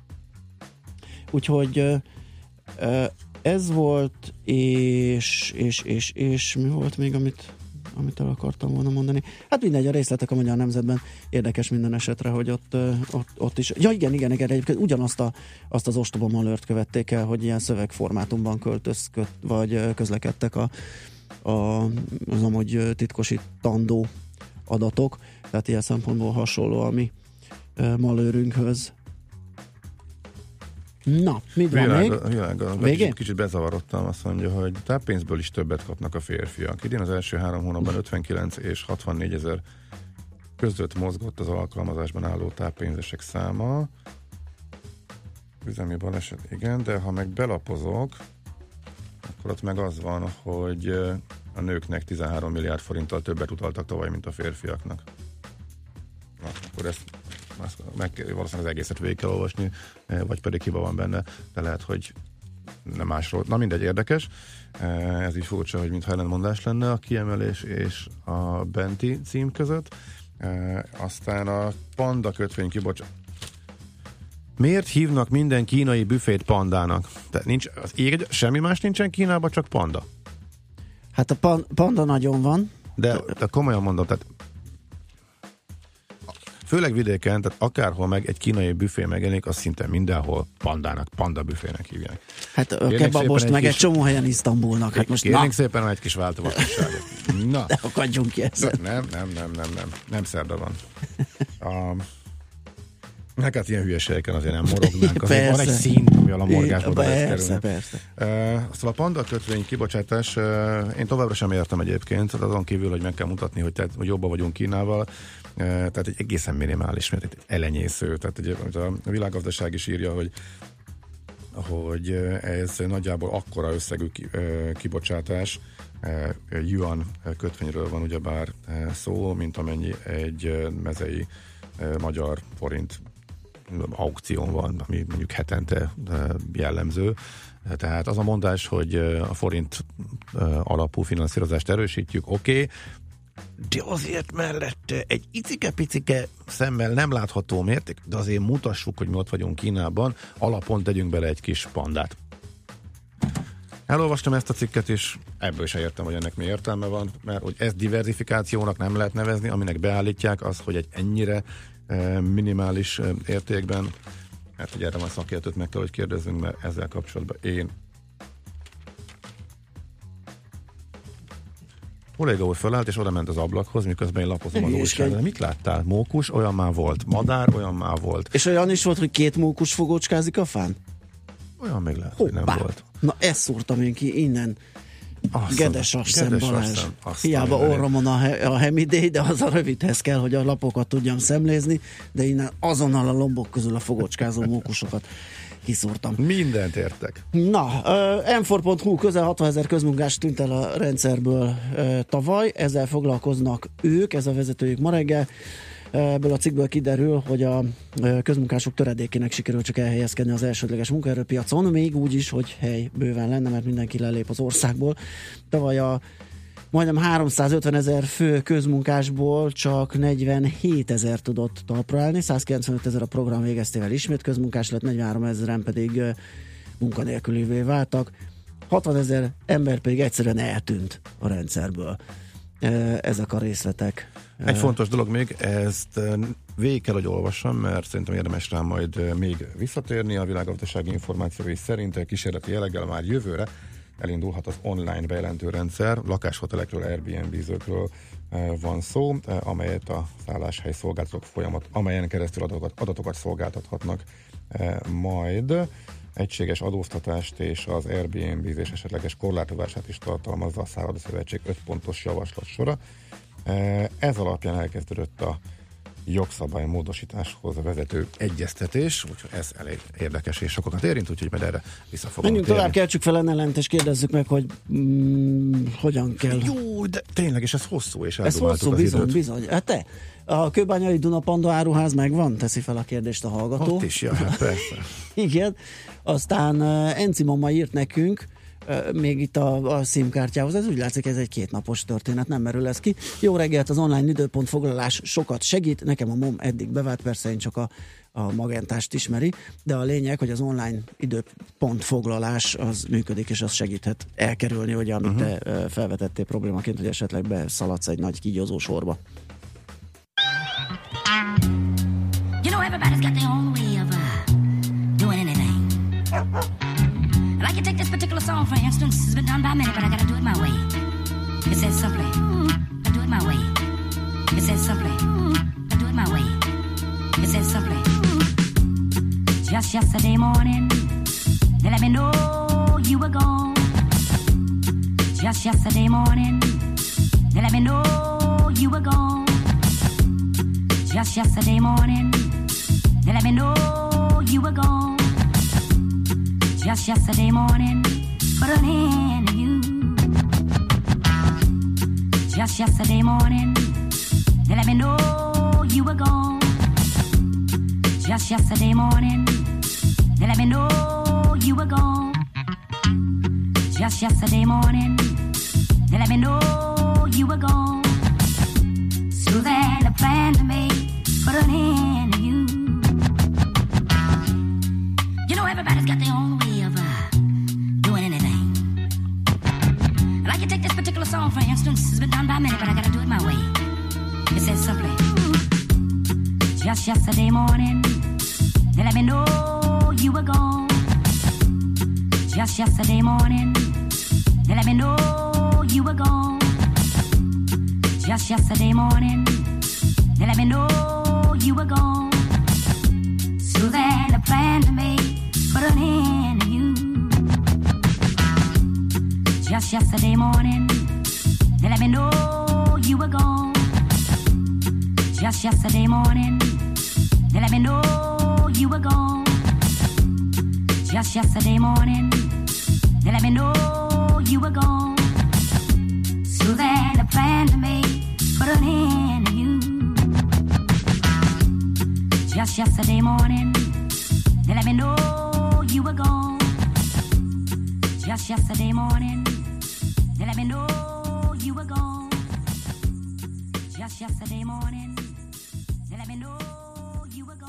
D: úgyhogy ö, ez volt, és, és, és, és mi volt még, amit, amit el akartam volna mondani? Hát mindegy, a részletek a Magyar Nemzetben érdekes minden esetre, hogy ott, ott, ott is, ja igen, igen, igen, egyébként ugyanazt a, azt az ostoba malőrt követték el, hogy ilyen szövegformátumban költözköd, vagy közlekedtek a, a, az amúgy titkosítandó adatok, tehát ilyen szempontból hasonló a mi malőrünkhöz. Na, mit van
E: világ,
D: még?
E: Világ, kicsit, kicsit bezavarodtam, azt mondja, hogy táppénzből is többet kapnak a férfiak. Idén az első három hónapban ötvenkilenc és hatvannégy ezer között mozgott az alkalmazásban álló táppénzesek száma. Üzemi baleset, igen, de ha meg belapozok, akkor ott meg az van, hogy a nőknek tizenhárom milliárd forinttal többet utaltak tavaly, mint a férfiaknak. Na, akkor ezt meg valószínűleg az egészet végig kell olvasni, vagy pedig hiba van benne, de lehet, hogy nem másról. Na mindegy, érdekes. Ez így furcsa, hogy mintha ellentmondás lenne a kiemelés és a benti cím között. Aztán a panda kötvény kibocsát. Miért hívnak minden kínai büfét pandának? Tehát nincs, az ég, semmi más nincsen Kínában, csak panda.
D: Hát a pan, panda nagyon van.
E: De, de komolyan mondom, tehát főleg vidéken, tehát akárhol meg egy kínai büfé megjelenik, az szinte mindenhol pandának, panda büfének hívják.
D: Hát a kebabost meg egy kis... csomó helyen Isztambulnak. Hát most
E: kérnénk szépen egy kis változatosságot. Na.
D: De akadjunk ki ezzel.
E: Nem, nem, nem, nem, nem. Nem szerda van. A... Hát ilyen hülyeségeken azért nem morognánk. Azért van egy szint, ami a morgásba lehet kerülni.
D: Persze,
E: uh, Szóval a panda kötvény kibocsátás, uh, én továbbra sem értem egyébként, azon kívül, hogy meg kell mutatni, hogy, tehát, hogy jobban vagyunk Kínával, uh, tehát egy egészen minimális, mert egy elenyésző. Tehát egy, a világgazdaság is írja, hogy hogy ez nagyjából akkora összegű kibocsátás, yuan kötvényről van ugyebár szó, mint amennyi egy mezei magyar forint aukción van, ami mondjuk hetente jellemző. Tehát az a mondás, hogy a forint alapú finanszírozást erősítjük, oké, okay, de azért mellette egy icike-picike szemmel nem látható mérték, de azért mutassuk, hogy mi ott vagyunk Kínában, alapon tegyünk bele egy kis pandát. Elolvastam ezt a cikket, és ebből se értem, hogy ennek mi értelme van, mert hogy ezt diversifikációnak nem lehet nevezni, aminek beállítják az, hogy egy ennyire e, minimális e, értékben, hát hogy erre már szakértőt meg kell, hogy kérdezzünk, mert ezzel kapcsolatban én kolléga úr fölállt, és oda ment az ablakhoz, miközben én lapozom az újságot. Mit láttál? Mókus? Olyan már volt. Madár? Olyan már volt.
D: És olyan is volt, hogy két mókus fogócskázik a fán?
E: Olyan még lehet, hogy nem volt.
D: Na ezt szúrtam én ki innen. Gedes Szent Balázs. Hiába
E: nem
D: orromon a, he, a hemidé, de az a rövidhez kell, hogy a lapokat tudjam szemlézni, de innen azonnal a lombok közül a fogócskázó mókusokat kiszúrtam.
E: Mindent értek.
D: Na, uh, m four pont hu közel hatvanezer közmunkás tűnt el a rendszerből uh, tavaly, ezzel foglalkoznak ők, ez a vezetőjük ma reggel. Ebből a cikkből kiderül, hogy a közmunkások töredékének sikerül csak elhelyezkedni az elsődleges munkaerőpiacon, még úgy is, hogy hely bőven lenne, mert mindenki lelép az országból. Tavaly a majdnem háromszázötvenezer fő közmunkásból csak negyvenhétezer tudott talpra állni, százkilencvenötezer a program végeztével ismét közmunkás lett, negyvenháromezren pedig munkanélkülivé váltak, hatvanezer ember pedig egyszerűen eltűnt a rendszerből. Ezek a részletek.
E: Egy fontos dolog még, ezt végig kell, hogy olvassam, mert szerintem érdemes rá majd még visszatérni. A világgazdasági információi szerint kísérleti jelleggel már jövőre elindulhat az online bejelentő rendszer. Lakáshotelekről, Airbnb-zőkről van szó, amelyet a szálláshely szolgáltatók folyamat, amelyen keresztül adatokat, adatokat szolgáltathatnak majd. Egységes adóztatást és az Airbnb-zés esetleges korlátozását is tartalmazza a Szállodaszövetség öt pontos javaslat sora. Ez alapján elkezdődött a jogszabály módosításhoz vezető egyeztetés, úgyhogy ez elég érdekes és sokakat érint, úgyhogy majd erre vissza fogom
D: Menjünk
E: térni.
D: tovább, keltsük fel ennellent, és kérdezzük meg, hogy mm, hogyan kell.
E: Jó, de tényleg, és ez hosszú, és
D: ez hosszú,
E: az
D: bizony,
E: időt.
D: bizony. Hát te, a Kőbányai Duna Panda áruház megvan? Teszi fel a kérdést a hallgató.
E: Ott is, ja, hát persze.
D: Igen. Aztán uh, Enci mama írt nekünk, uh, még itt a, a SIM-kártyához, ez úgy látszik, ez egy kétnapos történet, nem merül ez ki. Jó reggelt, az online időpontfoglalás sokat segít, nekem a mom eddig bevált, persze én csak a, a magentást ismeri, de a lényeg, hogy az online időpontfoglalás az működik, és az segíthet elkerülni, hogy amit uh-huh. te uh, felvetettél problémaként, hogy esetleg beszaladsz egy nagy kígyózó sorba.
J: You know, everybody's got their own way of uh, doing anything. I'd like to take this particular song, for instance. It's been done by many, but I gotta do it my way. It says simply, I do it my way. It says simply, I do it my way. It says simply, just yesterday morning, they let me know you were gone. Just yesterday morning, they let me know you were gone. Just yesterday morning, they let me know you were gone. Just yesterday morning, put an end to you. Just yesterday morning, they let me know you were gone. Just yesterday morning, they let me know you were gone. Just yesterday morning, they let me know you were gone. So they had a plan to make, put an end to you. You know, everybody's got their own way of uh, doing anything. I like to take this particular song, for instance. It's been done by many, but I gotta do it my way. It says simply, just yesterday morning, they let me know you were gone. Just yesterday morning, they let me know you were gone. Just yesterday morning, they let me know you were gone. So they had a plan to make, put an end to you. Just yesterday morning, they let me know you were gone. Just yesterday morning, they let me know you were gone. Just yesterday morning, they let me know you were gone. So they had a plan to make, put an end to you. Just yesterday morning, they let me know you were gone. Just yesterday morning, they let me know you were gone. Just yesterday morning, they let me know you were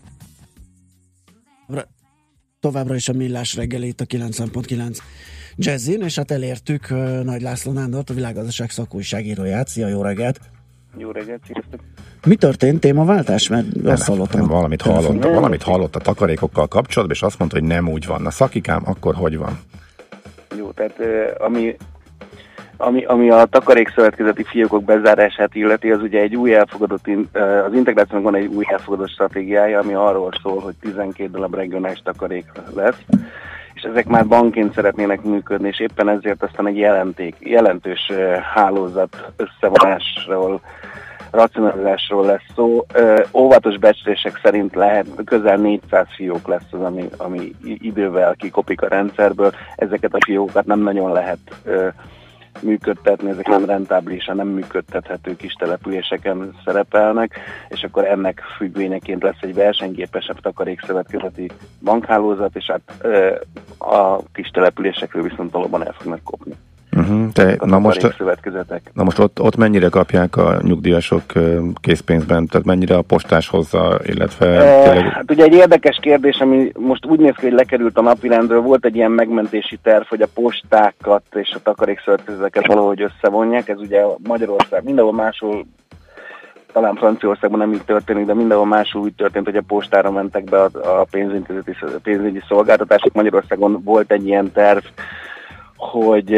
J: gone.
D: Továbbra is a Millás reggeli itt a kilencven pont kilenc Jazzin, és hát elértük uh, Nagy László Nándort, a Világgazdaság szakújságíróját. Szia, jó reggelt!
K: Jó reggelt, sziasztok!
D: Mi történt? Témaváltás? Mert nem, azt hallottam.
E: Nem, valamit, hallott, valamit hallott a takarékokkal kapcsolatban, és azt mondta, hogy nem úgy van. Na szakikám, akkor hogy van?
K: Jó, tehát ami, ami, ami a takarékszövetkezeti fiókok bezárását illeti, az ugye egy új elfogadott, az integrációnak van egy új elfogadott stratégiája, ami arról szól, hogy tizenkét darab regionális takarék lesz, és ezek már bankként szeretnének működni, és éppen ezért aztán egy jelenték, jelentős hálózat összevonásról racionalizásról lesz szó. Ö, óvatos becslések szerint lehet, közel négyszáz fiók lesz az, ami, ami idővel kikopik a rendszerből. Ezeket a fiókokat nem nagyon lehet ö, működtetni, ezek nem rentábilisan nem működtethető kis településeken szerepelnek, és akkor ennek függvényeként lesz egy versenyképesebb takarékszövetkezeti bankhálózat, és hát ö, a kis településekről viszont valóban el fognak kopni.
E: Uh-huh. Te, na, most, na most ott, ott mennyire kapják a nyugdíjasok készpénzben, tehát mennyire a postás hozza, illetve...
K: E, tényleg... Hát ugye egy érdekes kérdés, ami most úgy néz ki, hogy lekerült a napirendről, volt egy ilyen megmentési terv, hogy a postákat és a takarékszövetkezeteket valahogy összevonják, ez ugye Magyarország, mindenhol máshol, talán Franciaországban nem így történik, de mindenhol máshol úgy történt, hogy a postára mentek be a, a pénzügyi szolgáltatások. Magyarországon volt egy ilyen terv, hogy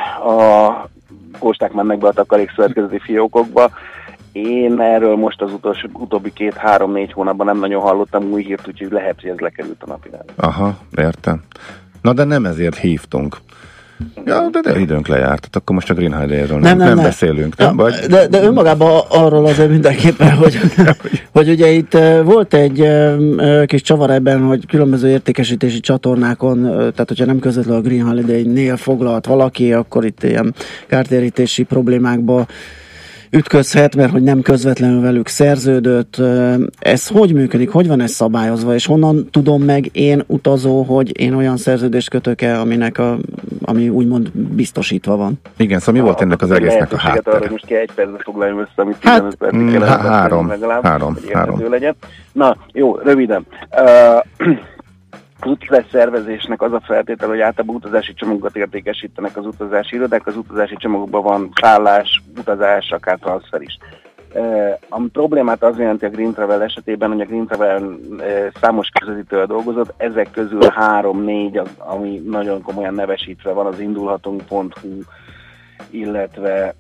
K: a posták mennek be a takarékszövetkezeti fiókokba. Én erről most az utolsó, utóbbi két-három-négy hónapban nem nagyon hallottam új hírt, úgyhogy lehet, hogy ez lekerült a napirendre.
E: Aha, értem. Na de nem ezért hívtunk. Ja, de, de időnk lejárt, tehát akkor most a Green Holiday-ről nem, nem, nem, nem beszélünk, nem? Ja, vagy?
D: De, de önmagában arról azért mindenképpen, hogy, hogy ugye itt volt egy kis csavar ebben, hogy különböző értékesítési csatornákon, tehát hogyha nem közvetlenül a Green Holiday-nél foglalt valaki, akkor itt ilyen kártérítési problémákba ütközhet, mert hogy nem közvetlenül velük szerződött. Ez hogy működik? Hogy van ez szabályozva? És honnan tudom meg én utazó, hogy én olyan szerződést kötök-e, aminek a, ami úgymond biztosítva van?
E: Igen, szóval mi volt ennek az egésznek a háttere?
K: Arra, most ki egy percre foglaljunk össze, amit tizenöt percig
E: hát,
K: kellene
E: há- három,
K: legalább,
E: három, három.
K: legyen. Na, jó, röviden. Uh, Az utazás szervezésnek az a feltétel, hogy általában utazási csomagokat értékesítenek az utazási irodák, az utazási csomagokban van szállás, utazás, akár transfer is. Uh, a problémát az jelenti a Green Travel esetében, hogy a Green Travel uh, számos közvetítővel dolgozott, ezek közül három-négy, ami nagyon komolyan nevesítve van, az indulhatunk pont hu, illetve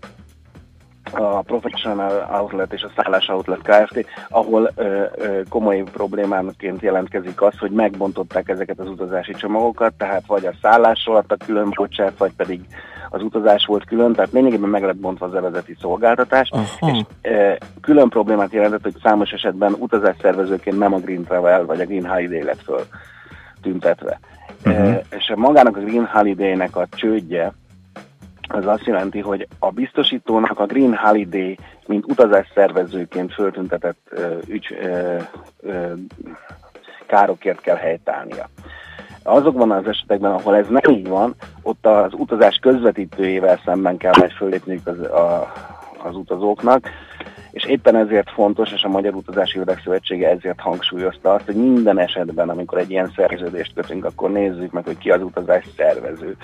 K: a Professional Outlet és a Szállás Outlet Kft., ahol ö, ö, komoly problémáként jelentkezik az, hogy megbontották ezeket az utazási csomagokat, tehát vagy a szállásról adtak külön bocsát, vagy pedig az utazás volt külön, tehát lényegében meg lett bontva az eredeti szolgáltatás, Aha. és ö, külön problémát jelentett, hogy számos esetben utazásszervezőként nem a Green Travel vagy a Green Holiday lett föl tüntetve. Uh-huh. Ö, és magának a Green Holiday-nek a csődje az azt jelenti, hogy a biztosítónak a Green Holiday, mint utazásszervezőként föltüntetett ö, ügy, ö, ö, károkért kell helytállnia. Azokban az esetekben, ahol ez nem így van, ott az utazás közvetítőjével szemben kell majd föllépniük az, a, az utazóknak, és éppen ezért fontos, és a Magyar Utazási Irodák Szövetsége ezért hangsúlyozta azt, hogy minden esetben, amikor egy ilyen szerződést kötünk, akkor nézzük meg, hogy ki az utazás szervező.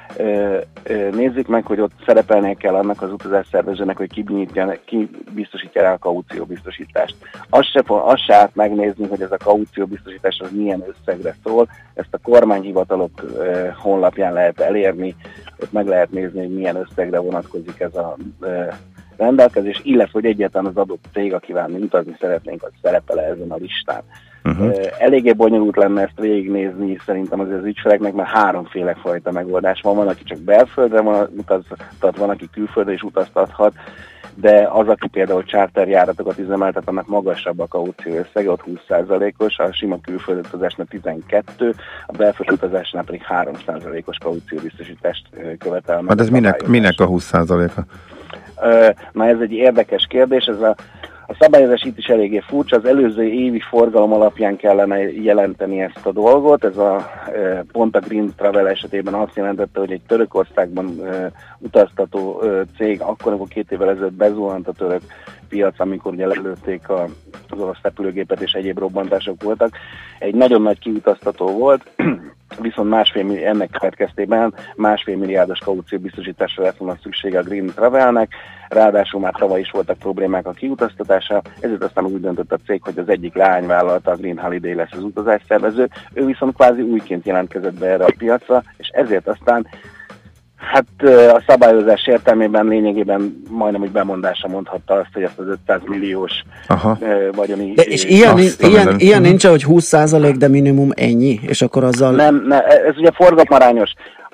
K: Nézzük meg, hogy ott szerepelnie kell annak az utazásszervezőnek, hogy ki, ki biztosítja rá a kaucióbiztosítást. Azt se, azt se át megnézni, hogy ez a kaucióbiztosítás az milyen összegre szól, ezt a kormányhivatalok honlapján lehet elérni, ott meg lehet nézni, hogy milyen összegre vonatkozik ez a rendelkezés, illetve hogy egyáltalán az adott cég, akivel mi utazni szeretnénk, az szerepel ezen a listán. Uh-huh. Eléggé bonyolult lenne ezt végignézni szerintem az, az ügyfeleknek, mert háromféle fajta megoldás van. Van, aki csak belföldre utaztat, van, aki külföldre is utaztathat, de az, aki például charterjáratokat üzemeltet, annak magasabb a kaució összege, ott húsz százalékos, a sima külföldi utazásnál tizenkettő, a belföldi utazásnál pedig három százalékos kaucióbiztosítást követel meg.
E: Hát ez minek, minek a húsz százaléka?
K: Na ez egy érdekes kérdés, ez a A szabályozás itt is eléggé furcsa, az előző évi forgalom alapján kellene jelenteni ezt a dolgot. Ez a pont a Green Travel esetében azt jelentette, hogy egy Törökországban utaztató cég, akkor, amikor két évvel ezelőtt bezuhant a török piac, amikor ugye lelőtték az orosz repülőgépet és egyéb robbantások voltak, egy nagyon nagy kiutaztató volt, viszont másfél milliárd, ennek következtében másfél milliárdos kaucióbiztosításra lett volna szüksége a Green Travelnek, ráadásul már tavaly is voltak problémák a kiutaztatása, ezért aztán úgy döntött a cég, hogy az egyik leányvállalata, a Green Holiday lesz az utazásszervező, ő viszont kvázi újként jelentkezett be erre a piacra, és ezért aztán hát a szabályozás értelmében lényegében majdnem, hogy bemondásra mondhatta azt, hogy ezt az ötszáz milliós Aha. vagyoni...
D: De és ilyen, ilyen, ilyen nincs, hogy húsz százalék, de minimum ennyi, és akkor azzal...
K: Nem, ne, ez ugye forgalmarányos.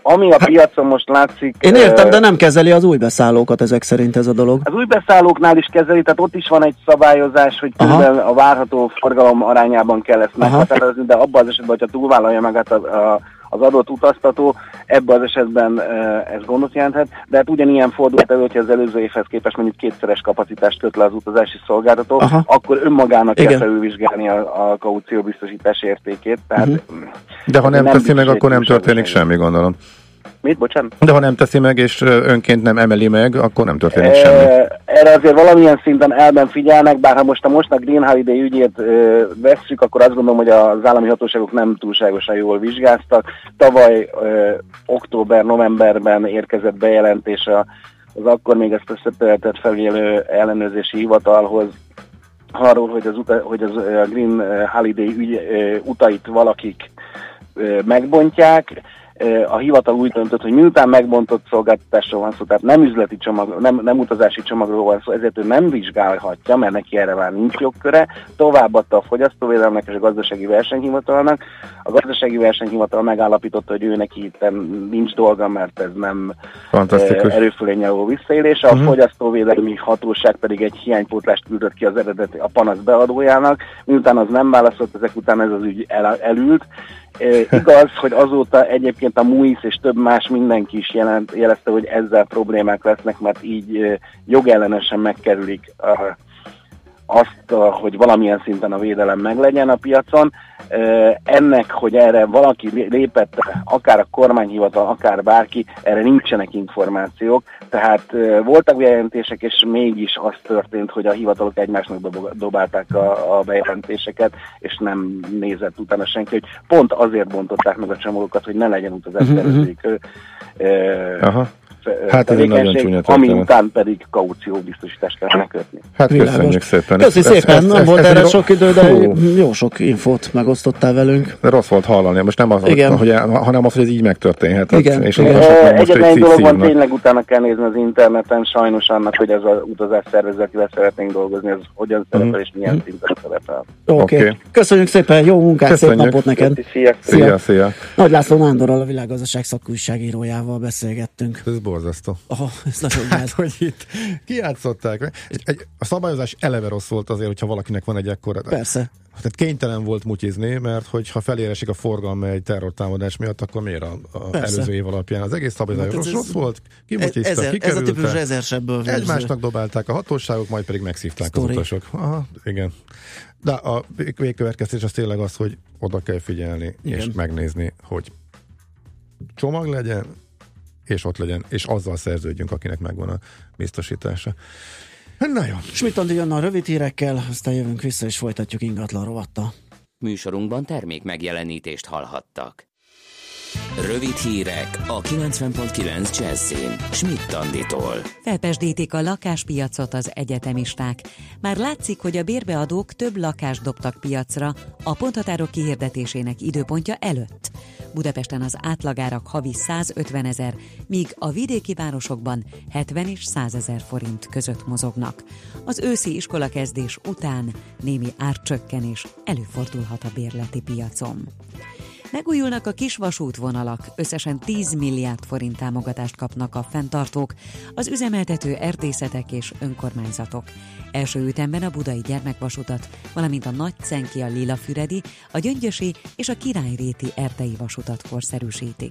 K: ami a piacon most látszik...
D: Én értem, de nem kezeli az új beszállókat ezek szerint ez a dolog.
K: Az új beszállóknál is kezeli, tehát ott is van egy szabályozás, hogy körülbelül a várható forgalom arányában kell ezt meghatározni, de abban az esetben, hogyha túlvállalja magát a, a, az adott utaztató, ebben az esetben e, ez gondot jelenthet, de hát ugyanilyen fordulhat elő, hogyha az előző évhez képest mondjuk kétszeres kapacitást köt le az utazási szolgáltató, Aha. akkor önmagának Igen. kell felülvizsgálni a, a kaucióbiztosítás értékét. Tehát, uh-huh.
E: De ha nem, nem teszi meg, akkor nem történik semmi, gondolom.
K: Mit? Bocsánat?
E: De ha nem teszi meg, és önként nem emeli meg, akkor nem történik e, semmi.
K: Erre azért valamilyen szinten elben figyelnek, bár ha most a mostnak Green Holiday ügyét e, vesszük, akkor azt gondolom, hogy az állami hatóságok nem túlságosan jól vizsgáztak. Tavaly e, október-novemberben érkezett bejelentés az akkor még ezt összetehetett felügyelő ellenőrzési hivatalhoz arról, hogy az, uta, hogy az Green Holiday ügy, e, utait valakik e, megbontják. A hivatal úgy döntött, hogy miután megbontott szolgáltatásról van szó, tehát nem üzleti csomag, nem, nem utazási csomagról van szó, ezért ő nem vizsgálhatja, mert neki erre már nincs jogköre. Továbbadta a fogyasztóvédelemnek és a gazdasági versenyhivatalnak. A gazdasági versenyhivatal megállapította, hogy ő neki itt nincs dolga, mert ez nem erőfölénnyel való visszaélés. A uh-huh. fogyasztóvédelmi hatóság pedig egy hiánypótlást küldött ki az eredeti a panasz beadójának. Miután az nem válaszolt, ezek után ez az ügy el, elült. E, igaz, hogy azóta egyébként a MUIS és több más mindenki is jelent, jelezte, hogy ezzel problémák lesznek, mert így e, jogellenesen megkerülik a, azt, a, hogy valamilyen szinten a védelem meglegyen a piacon. E, ennek, hogy erre valaki lépett, akár a kormányhivatal, akár bárki, erre nincsenek információk. Tehát e, voltak bejelentések, és mégis az történt, hogy a hivatalok egymásnak dob- dobálták a, a bejelentéseket, és nem nézett utána senki, hogy pont azért bontották meg a csomagokat, hogy ne legyen utazás tervezői
E: uh-huh. Hát ez egy nagyon csúnya
K: ami után pedig kaucióbiztosítást kellene kötni.
E: Hát köszönjük szépen.
D: Köszönjük szépen, ezt, nem ezt, volt ezt, erre ezt sok idő, de hú. jó sok infót megosztottál velünk.
E: De rossz volt hallani, most nem az, hogy, hanem az, hogy ez így megtörténhet.
D: Igen.
E: És
D: Igen.
K: E, egyetlen egy dolog van, tényleg utána kell nézni az interneten, sajnos annak, hogy ez az utazás szervezetivel szeretnénk dolgozni, ez hogyan szerepel mm. és milyen szinten szerepel.
D: Oké. Okay. Okay. Köszönjük szépen, jó munkát,
E: Köszönjük.
D: Szép napot neked.
K: Szia.
E: Szia, szia.
D: Nagy László Nándorral, a Világgazdaság szakújságírójával beszélgettünk.
E: Ez borzasztó.
D: Oh, ez nagyon
E: hát, hogy itt kijátszották. Egy, egy, a szabályozás eleve rossz volt azért, hogyha valakinek van egy ekkora...
D: Persze.
E: Tehát kénytelen volt mutyizni, mert hogyha feléresik a forgalma egy terrortámadás miatt, akkor miért a, a előző év alapján? Az egész szabályozás rossz, rossz volt, kimutyiztak, kikerültek. Ez a típus ezersebből. Egymásnak dobálták a hatóságok, majd pedig megszívták Story. Az utasok. Aha, igen. De a végkövetkeztés az tényleg az, hogy oda kell figyelni, igen. és megnézni, hogy csomag legyen, és ott legyen, és azzal szerződjünk, akinek megvan a biztosítása. Na jó.
D: Schmidt-Andi jön a rövid hírekkel, aztán jövünk vissza, és folytatjuk ingatlan rovatta.
A: Műsorunkban termék megjelenítést hallhattak. Rövid hírek a kilencven pont kilenc Jazzin Schmidt-Anditól.
H: Felpesdítik a lakáspiacot az egyetemisták. Már látszik, hogy a bérbeadók több lakást dobtak piacra a ponthatárok kihirdetésének időpontja előtt. Budapesten az átlagárak havi százötvenezer, míg a vidéki városokban hetven és százezer forint között mozognak. Az őszi iskolakezdés után némi árcsökkenés előfordulhat a bérleti piacon. Megújulnak a kis vasútvonalak, összesen tíz milliárd forint támogatást kapnak a fenntartók, az üzemeltető erdészetek és önkormányzatok. Első ütemben a budai gyermekvasutat, valamint a Nagycenki, a Lilafüredi, a Gyöngyösi és a Királyréti erdei vasutat korszerűsítik.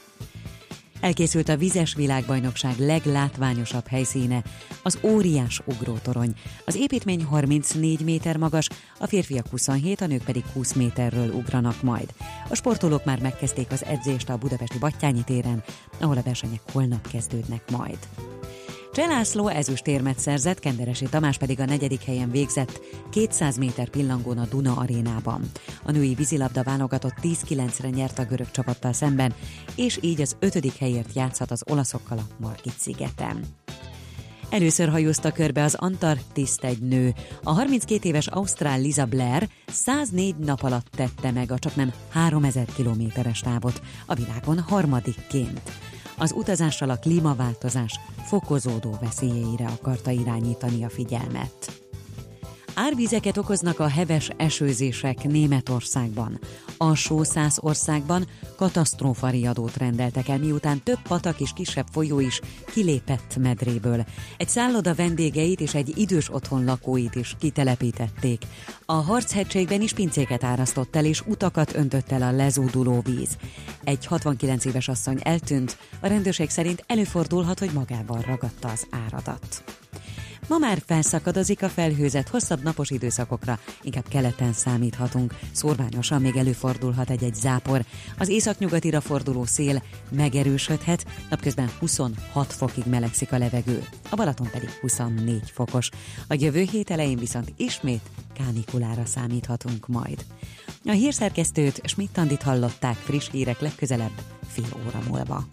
H: Elkészült a vizes világbajnokság leglátványosabb helyszíne, az óriás ugrótorony. Az építmény harmincnégy méter magas, a férfiak huszonhét, a nők pedig húsz méterről ugranak majd. A sportolók már megkezdték az edzést a budapesti Battyányi téren, ahol a versenyek holnap kezdődnek majd. Cseh László ezüstérmet szerzett, Kenderesi Tamás pedig a negyedik helyen végzett kétszáz méter pillangón a Duna arénában. A női vízilabda válogatott tíz kilencre nyert a görög csapattal szemben, és így az ötödik helyért játszhat az olaszokkal a Margit-szigeten. Először hajózta körbe az Antarktiszt egy nő. A harminckét éves ausztrál Liza Blair száznégy nap alatt tette meg a csaknem háromezer kilométeres távot, a világon harmadikként. Az utazással a klímaváltozás fokozódó veszélyeire akarta irányítani a figyelmet. Árvizeket okoznak a heves esőzések Németországban. Alsó-Szászországban katasztrófariadót rendeltek el, miután több patak és kisebb folyó is kilépett medréből. Egy szálloda vendégeit és egy idős otthon lakóit is kitelepítették. A Harchegységben is pincéket árasztott el és utakat öntött el a lezúduló víz. Egy hatvankilenc éves asszony eltűnt, a rendőrség szerint előfordulhat, hogy magával ragadta az áradat. Ma már felszakadozik a felhőzet, hosszabb napos időszakokra, inkább keleten számíthatunk. Szórványosan még előfordulhat egy-egy zápor. Az északnyugatira forduló szél megerősödhet, napközben huszonhat fokig melegszik a levegő, a Balaton pedig huszonnégy fokos. A jövő hét elején viszont ismét kánikulára számíthatunk majd. A hírszerkesztőt, Schmidt-Andit hallották, friss hírek legközelebb fél óra múlva.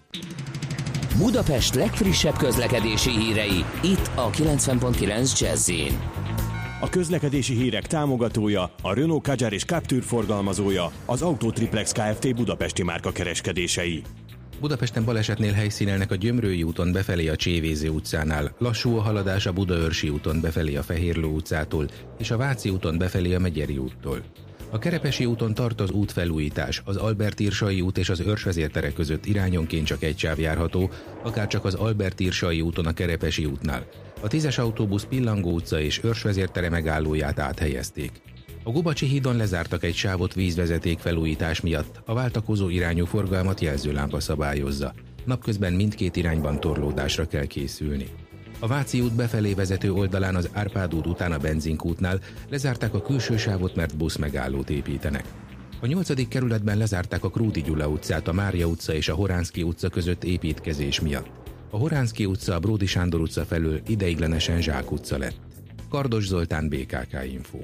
A: Budapest legfrissebb közlekedési hírei, itt a kilencven pont kilenc Jazz-in.
L: A közlekedési hírek támogatója, a Renault Kadjar és Captur forgalmazója, az Autotriplex Kft. Budapesti márka kereskedései.
M: Budapesten balesetnél helyszínelnek a Gyömrői úton befelé a Csévézi utcánál, lassú a haladás a Budaörsi úton befelé a Fehérló utcától és a Váci úton befelé a Megyeri úttól. A Kerepesi úton tart az útfelújítás, az Albert-Irsai út és az Őrsvezértere között irányonként csak egy sáv járható, akár csak az Albert-Irsai úton a Kerepesi útnál. A tízes autóbusz Pillangó utca és Őrsvezértere megállóját áthelyezték. A Gubacsi hídon lezártak egy sávot vízvezeték felújítás miatt, a váltakozó irányú forgalmat jelzőlámpa szabályozza. Napközben mindkét irányban torlódásra kell készülni. A Váci út befelé vezető oldalán az Árpád út után a benzinkútnál lezárták a külső sávot, mert buszmegállót építenek. A nyolcadik kerületben lezárták a Krúdi Gyula utcát a Mária utca és a Horánszky utca között építkezés miatt. A Horánszky utca a Bródi Sándor utca felől ideiglenesen Zsák utca lett. Kardos Zoltán, bé ká ká Info.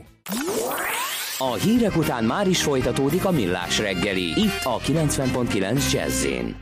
A: A hírek után már is folytatódik a Millás reggeli, itt a kilencven pont kilenc Jazz-in.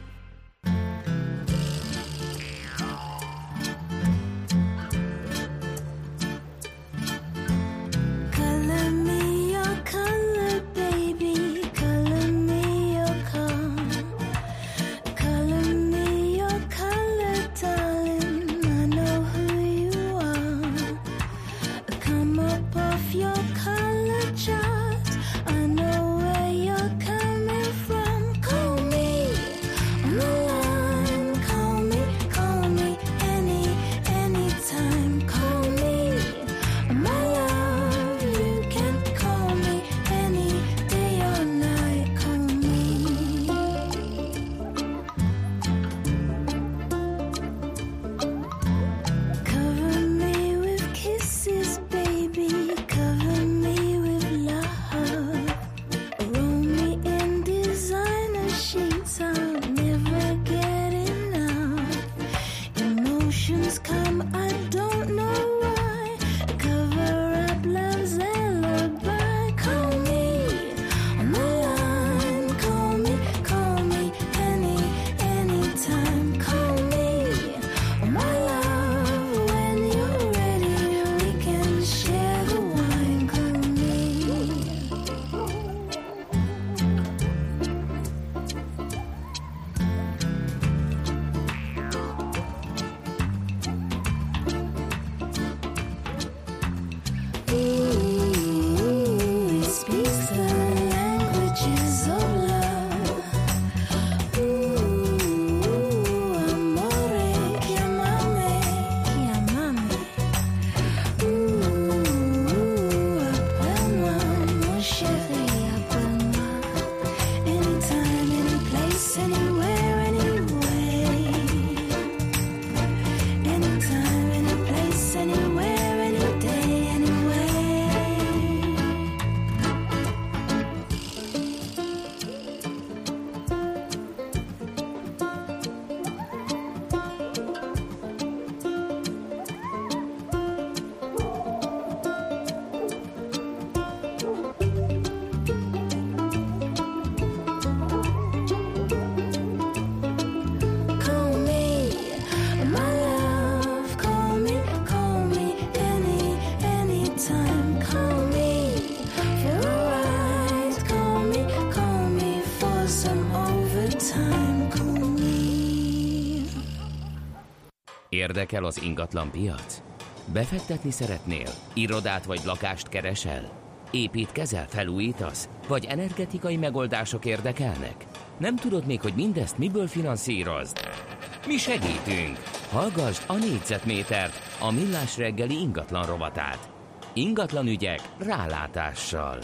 A: Érdekel az ingatlan piac? Befektetni szeretnél? Irodát vagy lakást keresel? Építkezel, felújítasz? Vagy energetikai megoldások érdekelnek? Nem tudod még, hogy mindezt miből finanszírozd? Mi segítünk! Hallgasd a négyzetmétert, a Millás reggeli ingatlan rovatát. Ingatlan ügyek rálátással.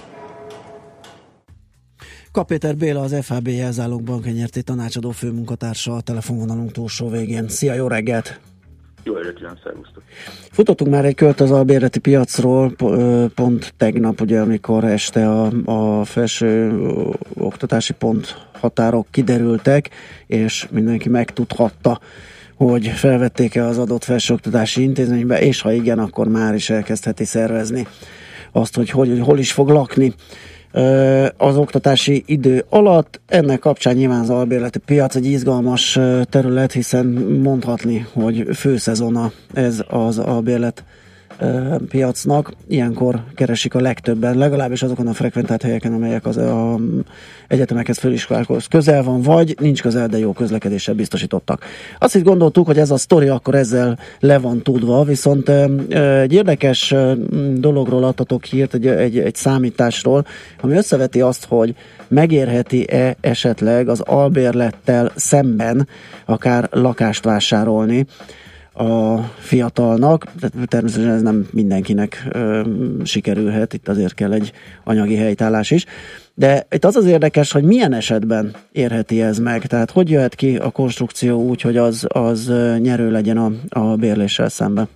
D: Kapéter Béla, az ef há bé Jelzálók Bank Enyerté tanácsadó főmunkatársa a telefonvonalunk túlsó végén. Szia, jó reggelt!
N: Jó reggelt, szervusztok!
D: Futottunk már egy kört az albérleti piacról, pont tegnap, ugye, amikor este a, a felső oktatási pont határok kiderültek, és mindenki megtudhatta, hogy felvették-e az adott felsőoktatási intézménybe, és ha igen, akkor már is elkezdheti szervezni azt, hogy, hogy, hogy hol is fog lakni az oktatási idő alatt. Ennek kapcsán nyilván az albérleti piac egy izgalmas terület, hiszen mondhatni, hogy főszezona ez az albérlet piacnak. Ilyenkor keresik a legtöbben, legalábbis azokon a frekventált helyeken, amelyek az a egyetemekhez, főiskolákhoz közel van, vagy nincs közel, de jó közlekedéssel biztosítottak. Azt is gondoltuk, hogy ez a sztori akkor ezzel le van tudva, viszont egy érdekes dologról adtatok hírt, egy, egy, egy számításról, ami összeveti azt, hogy megérheti-e esetleg az albérlettel szemben akár lakást vásárolni a fiatalnak. Természetesen ez nem mindenkinek ö, sikerülhet, itt azért kell egy anyagi helytállás is. De itt az az érdekes, hogy milyen esetben érheti ez meg, tehát hogy jöhet ki a konstrukció úgy, hogy az, az nyerő legyen a, a bérléssel szemben?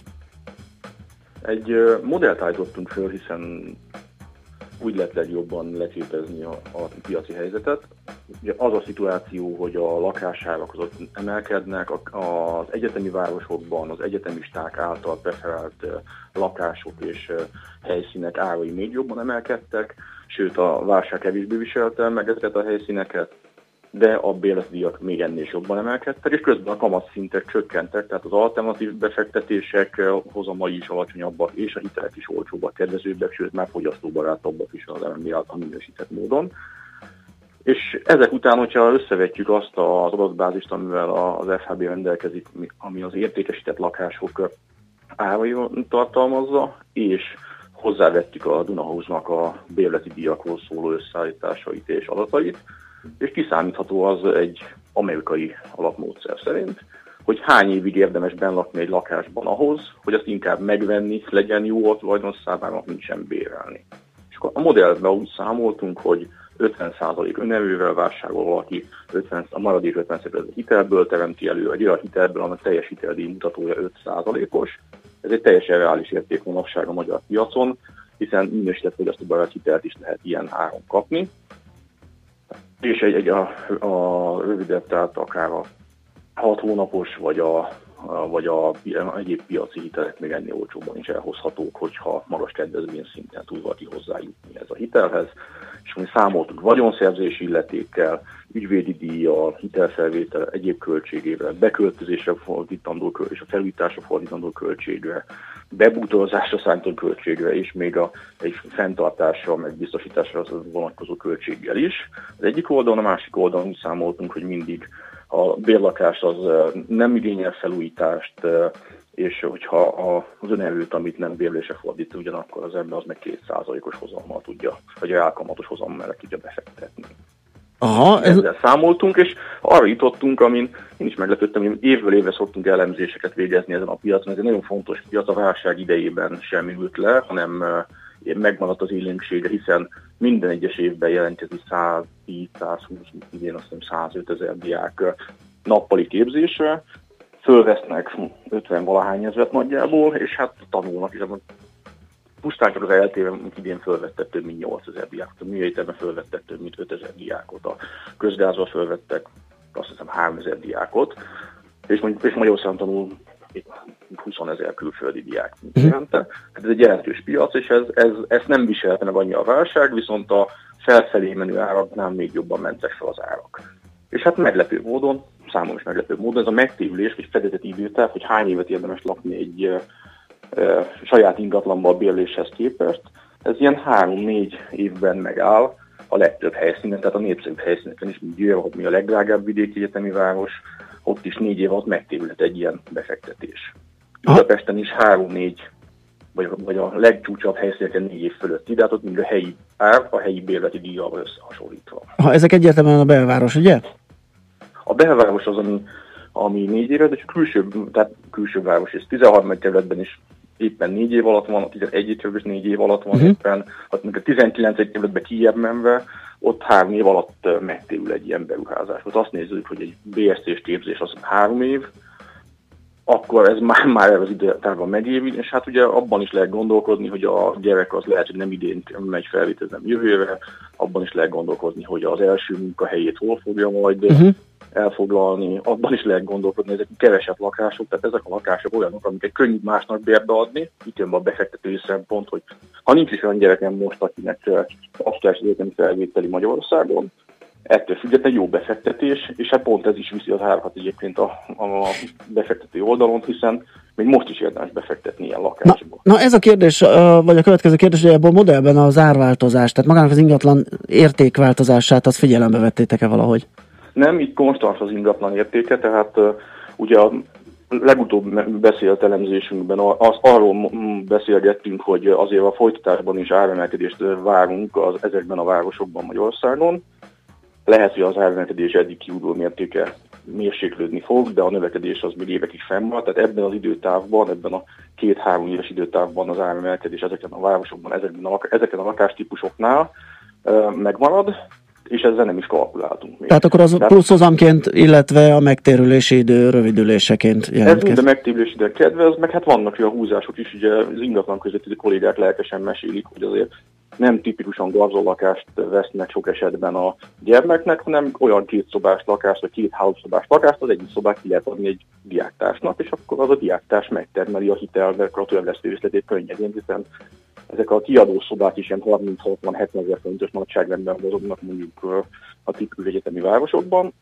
N: Egy modellt állítottunk föl, hiszen úgy lehet legjobban leképezni a, a piaci helyzetet. Ugye az a szituáció, hogy a lakásárak azok emelkednek, az egyetemi városokban az egyetemisták által preferált lakások és helyszínek árai még jobban emelkedtek, sőt a válság kevésbé viselte meg ezeket a helyszíneket, de a bérletdíjak még ennél is jobban emelkedtek, és közben a kamatszintek csökkentek, tehát az alternatív befektetések hozamai is alacsonyabbak, és a hitelek is olcsóbbak, kedvezőbbek, sőt már fogyasztóbarátabbak is az em en bé által minősített módon. És ezek után, hogyha összevetjük azt az adatbázist, amivel az ef há bé rendelkezik, ami az értékesített lakások árai tartalmazza, és hozzávettük a Dunahouse-nak a bérleti díjakról szóló összeállításait és adatait, és kiszámítható az egy amerikai alapmódszer szerint, hogy hány évig érdemes benn egy lakásban ahhoz, hogy azt inkább megvenni, legyen jó a tulajdonos számára, mint sem bérelni. És akkor a modellben úgy számoltunk, hogy ötven százalék önerővel vásárol valaki, ötven, a maradék ötven százalék hitelből teremti elő, egy olyan hitelből, amely teljes hiteldíj mutatója öt százalékos. Ez egy teljesen reális érték manapság a magyar piacon, hiszen minősített fogyasztóbarát hitelt is lehet ilyen áron kapni. És egy, egy a, a rövidebb, tehát akár a hat hónapos, vagy a, a, vagy a, a egyéb piaci hitelek még ennél olcsóbban is elhozhatók, hogyha magas kedvezmény szinten tud valaki hozzájutni ez a hitelhez. És mi számoltunk vagyonszerzési illetékkel, ügyvédi díjjal, hitelfelvétel egyéb költségével, beköltözésre fordítandó költségre, és a felújításra fordítandó költségre, bebútorozásra szántó költségre, és még a, egy fenntartásra, meg biztosításra vonatkozó költséggel is. Az egyik oldalon, a másik oldalon úgy számoltunk, hogy mindig a bérlakás az nem igényel felújítást, és hogyha az önerőt, amit nem bérlésre fordít, ugyanakkor az ember az meg két százalékos hozammal tudja, vagy elkamatos hozam mellett tudja befektetni.
D: Aha,
N: ez... Ezzel számoltunk, és arra jutottunk, amin én is meglepődtem, hogy évről évre szoktunk elemzéseket végezni ezen a piacon. Ez egy nagyon fontos piac, a válság idejében sem ült le, hanem megmaradt az élénksége, hiszen minden egyes évben jelentkezik száz tíz százhúsz, idén azt hiszem százöt ezer diák nappali képzésre, fölvesznek ötven valahány ezret nagyjából, és hát tanulnak is. Pusztán csak az eltében idén fölvettek több mint nyolcezer diákot, a műegyetemben fölvettek több mint ötezer diákot, a közgázban fölvettek azt hiszem háromezer diákot, és, és Magyarországon tanul huszonezer külföldi diák jelente. Ez egy jelentős piac, és ez, ez, ezt nem viselte meg annyi a válság, viszont a felfelé menő áraknál még jobban mentek fel az árak. És hát meglepő módon, számomra is meglepő módon, ez a megtérülés, vagy fedezett időtáv, hogy hány évet érdemes lakni egy e, e, saját ingatlanban a bérléshez képest, ez ilyen három-négy évben megáll a legtöbb helyszínen, tehát a népszerűbb helyszíneken is, mint Győr, mi a legdrágább vidéki egyetemi város, ott is négy év alatt megtérülhet egy ilyen befektetés. Budapesten is három-négy, vagy, vagy a legcsúcsabb helyszíneken négy év fölötti, de hát ott mind a helyi ár, a helyi bérleti díjjal összehasonlítva.
D: Ha ezek egyértelműen a belváros, ugye?
N: A belváros az, ami, ami négy éve, de csak külső, tehát külső város, és tizenharmadik kerületben is éppen négy év alatt van, a tizenegy kerületben is négy év alatt van uh-huh. éppen, hát a tizenkilencedik kerületben kijebb menve, ott három év alatt megtérül egy ilyen beruházás. Hát azt nézzük, hogy egy bé es cés képzés az három év, akkor ez már, már ez az időtávban megévül, és hát ugye abban is lehet gondolkodni, hogy a gyerek az lehet, hogy nem idén megy felvételni, nem jövőre, abban is lehet gondolkodni, hogy az első munkahelyét hol fogja majd uh-huh. elfoglalni, abban is lehet gondolkodni, hogy ezek kevesebb lakások, tehát ezek a lakások olyanok, amiket könnyű másnak bérbe adni, itt jön be a befektetői szempont, hogy ha nincs is olyan gyerekem most, akinek aktuális egyetemi felvételi Magyarországon, ettől függetlenül jó befektetés, és hát pont ez is viszi az árakat egyébként a, a befektető oldalon, hiszen még most is érdemes befektetni ilyen lakásba.
D: Na, na ez a kérdés, vagy a következő kérdés, hogy ebből a modellben az árváltozás, tehát magának az ingatlan értékváltozását, azt figyelembe vettétek-e valahogy?
N: Nem, itt konstans az ingatlan értéke, tehát uh, ugye a legutóbb beszélt elemzésünkben az, arról beszélgettünk, hogy azért a folytatásban is áremelkedést várunk az, ezekben a városokban Magyarországon. Lehet, hogy az áremelkedés eddig kiugró mértéke mérséklődni fog, de a növekedés az még évekig fennmarad, tehát ebben az időtávban, ebben a két-három éves időtávban az áremelkedés ezeken a városokban, ezeken a, ezeken a lakástípusoknál uh, megmarad, és ezzel nem is kalkuláltunk még.
D: Tehát akkor az pluszhozamként, illetve a megtérülési idő rövidüléseként jelentkezik.
N: Ez mind a megtérülési idő kedvez, meg hát vannak olyan húzások is, ugye az ingatlan közötti kollégák lelkesen mesélik, hogy azért nem tipikusan garzonlakást vesznek sok esetben a gyermeknek, hanem olyan kétszobás lakást, vagy két hálószobás lakást, az egyik szobát ki lehet adni egy diáktársnak, és akkor az a diáktárs megtermeli a hitelnek a törlesztőüzletét könnyedén, hiszen ezek a kiadó szobák is ilyen harminc-hatvan-hetven ezer forintos nagyságrendben mozognak mondjuk a tipikus egyetemi városokban,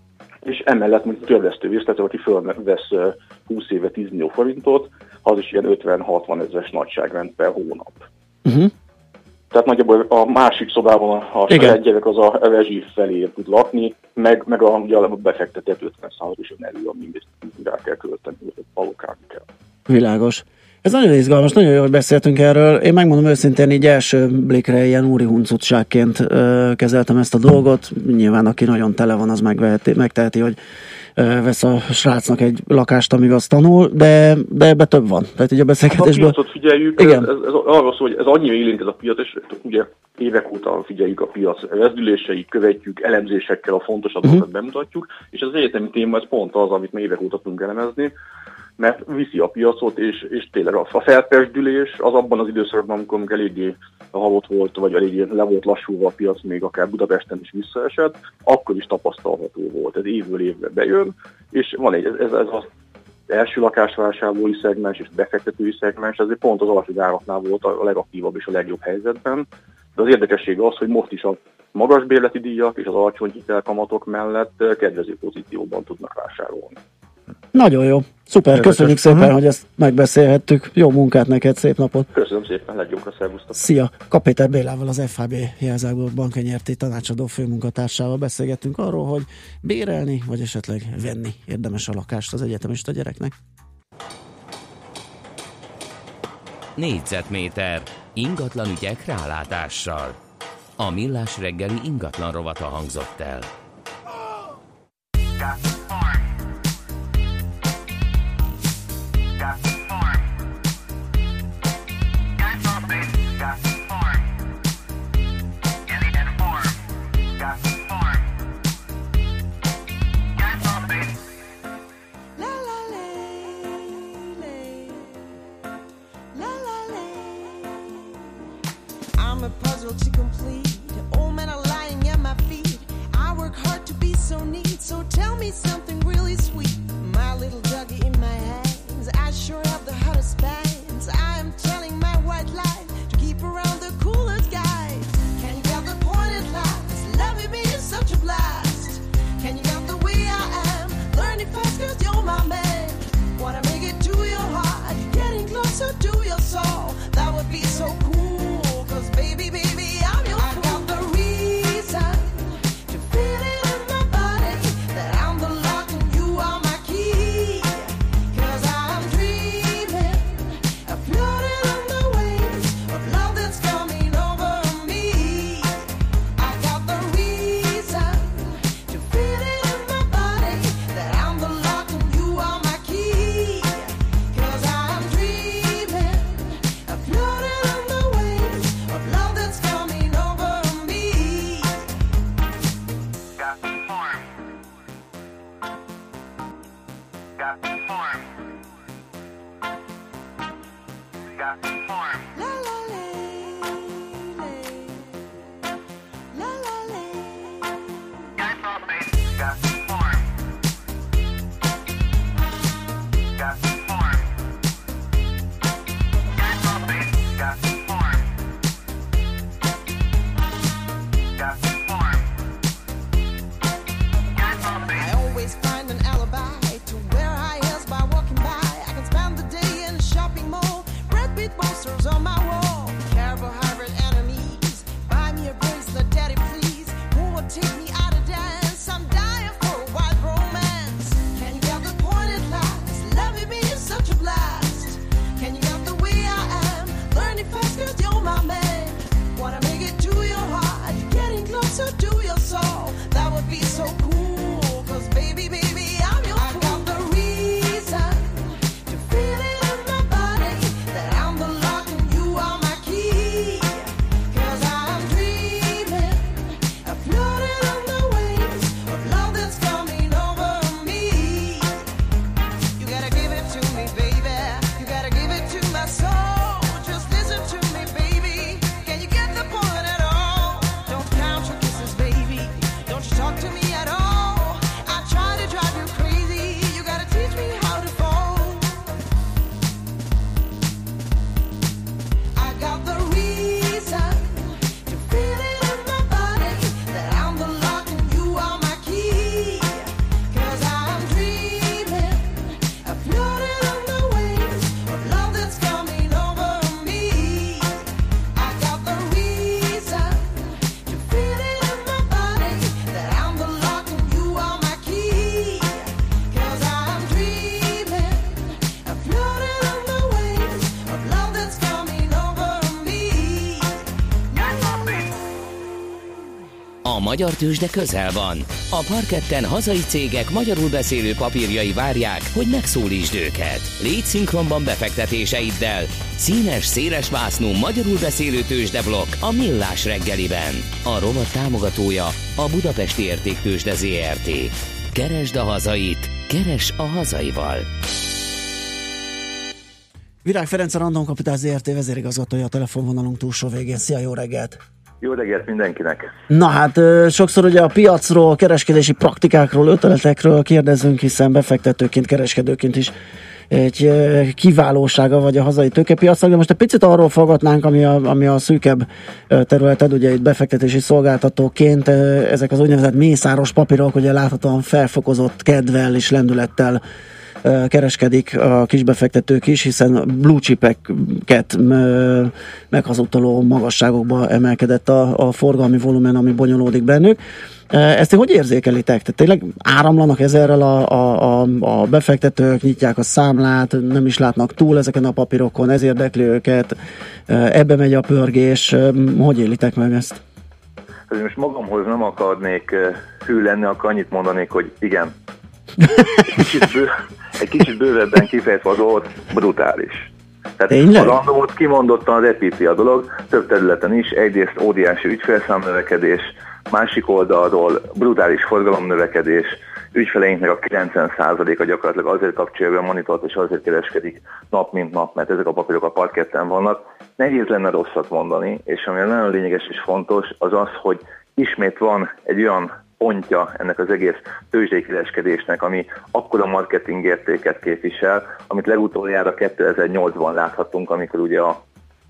N: és emellett mondjuk törlesztővész, tehát aki fölvesz húsz éve tíz millió forintot, az is ilyen ötven-hatvan ezeres nagyságrend per hónap. Uh-huh. Tehát nagyjából a másik szobában a saját gyerek az a rezsi felé tud lakni, meg, meg a, ugye a befektetett ötven százalékos jön elő, amit rá kell költeni, hogy allokálni kell.
D: Világos. Ez nagyon izgalmas, nagyon jól beszéltünk erről. Én megmondom őszintén, így első blikre ilyen úri huncutságként ö, kezeltem ezt a dolgot. Nyilván aki nagyon tele van, az megveheti, megteheti, hogy ö, vesz a srácnak egy lakást, amíg azt tanul, de, de ebbe több van. Tehát így a beszélgetésből...
N: A piacot figyeljük, igen. Ez, ez, ez arról szól, hogy ez annyira élénk ez a piac, és ugye évek óta figyeljük a piac rezdüléseit, követjük, elemzésekkel a fontos adatokat uh-huh. bemutatjuk, és az egyetemi téma ez pont az, amit mi évek óta tudunk elemezni, mert viszi a piacot, és, és tényleg a felpesdülés az abban az időszakban, amikor eléggé halott volt, vagy eléggé le volt lassúva a piac, még akár Budapesten is visszaesett, akkor is tapasztalható volt. Ez évről évre bejön, és van egy, ez, ez az első lakásvásárlói szegmens és befektetői szegmens, ezért pont az alacsony áraknál volt a legaktívabb és a legjobb helyzetben. De az érdekessége az, hogy most is a magas bérleti díjak és az alacsony hitelkamatok mellett kedvező pozícióban tudnak vásárolni.
D: Nagyon jó. Szuper, érdekes. Köszönjük szépen, uh-huh. hogy ezt megbeszélhettük. Jó munkát neked, szép napot.
N: Köszönöm szépen, legjobbra, szervusztok.
D: Szia! Kapéter Bélával, az ef há bé Jelzálogott Bankenyerté tanácsadó főmunkatársával beszélgettünk arról, hogy bérelni, vagy esetleg venni érdemes a lakást az egyetemista gyereknek.
A: Négyzetméter ingatlan ügyek rálátással. A Millás reggeli ingatlan rovata hangzott el.
O: I'm a puzzle to complete. Old men are lying at my feet. I work hard to be so neat. So tell me something really sweet. My little doggy in my hands. I sure have the hottest bands. I am telling my white lie to keep around the coolest guys. Can you get the point at last? Loving me is such a blast. Can you get the way I am? Learning fast cause you're my man. Wanna make it to your heart. Getting closer to your soul. That would be so cool. Baby, baby, I'm your I got the reason to feel it in my body that I'm the lock and you are my key.
A: A magyar tőzsde közel van. A parketten hazai cégek magyarul beszélő papírjai várják, hogy megszólítsd őket. Légy szinkronban befektetéseiddel. Színes, széles vásznú magyarul beszélő tőzsdeblokk a Millás reggeliben. A rovat támogatója a Budapesti Értéktőzsde zé er té. Keresd a hazait, keres a hazaival.
D: Virág Ferenc, a Random Capital zé er té vezérigazgatója a telefonvonalunk túlsó végén. Szia, jó reggelt!
N: Jó reggelt mindenkinek!
D: Na hát sokszor ugye a piacról, kereskedési praktikákról, ötletekről kérdezünk, hiszen befektetőként, kereskedőként is egy kiválósága vagy a hazai tőkepiacnak, de most egy picit arról fogadnánk, ami a, ami a szűkebb területed, ugye itt befektetési szolgáltatóként ezek az úgynevezett mészáros papírok, ugye láthatóan felfokozott kedvel és lendülettel kereskedik a kisbefektetők is, hiszen blue chipeket meghazudtoló magasságokba emelkedett a, a forgalmi volumen, ami bonyolódik bennük. Ezt hogy érzékelitek? Tehát tényleg áramlanak ezerrel a, a, a, a befektetők, nyitják a számlát, nem is látnak túl ezeken a papírokon, ez érdekli őket, ebbe megy a pörgés. Hogy élitek meg ezt?
N: Azért most magamhoz nem akarnék hű lenni, akkor annyit mondanék, hogy igen. Egy kicsit, bő, egy kicsit bővebben kifejtve az ott brutális. Tehát az andót kimondottan repíti a dolog, több területen is, egyrészt óriási ügyfélszámnövekedés, másik oldalról brutális forgalomnövekedés, ügyfeleinknek a kilencven százaléka gyakorlatilag azért kapcsolja a monitort, és azért kereskedik nap mint nap, mert ezek a papírok a parketten vannak. Nehéz lenne rosszat mondani, és ami nagyon lényeges és fontos, az az, hogy ismét van egy olyan pontja ennek az egész tőzsdei kereskedésnek, ami akkora marketing értéket képvisel, amit legutoljára kétezer-nyolcban láthattunk, amikor ugye a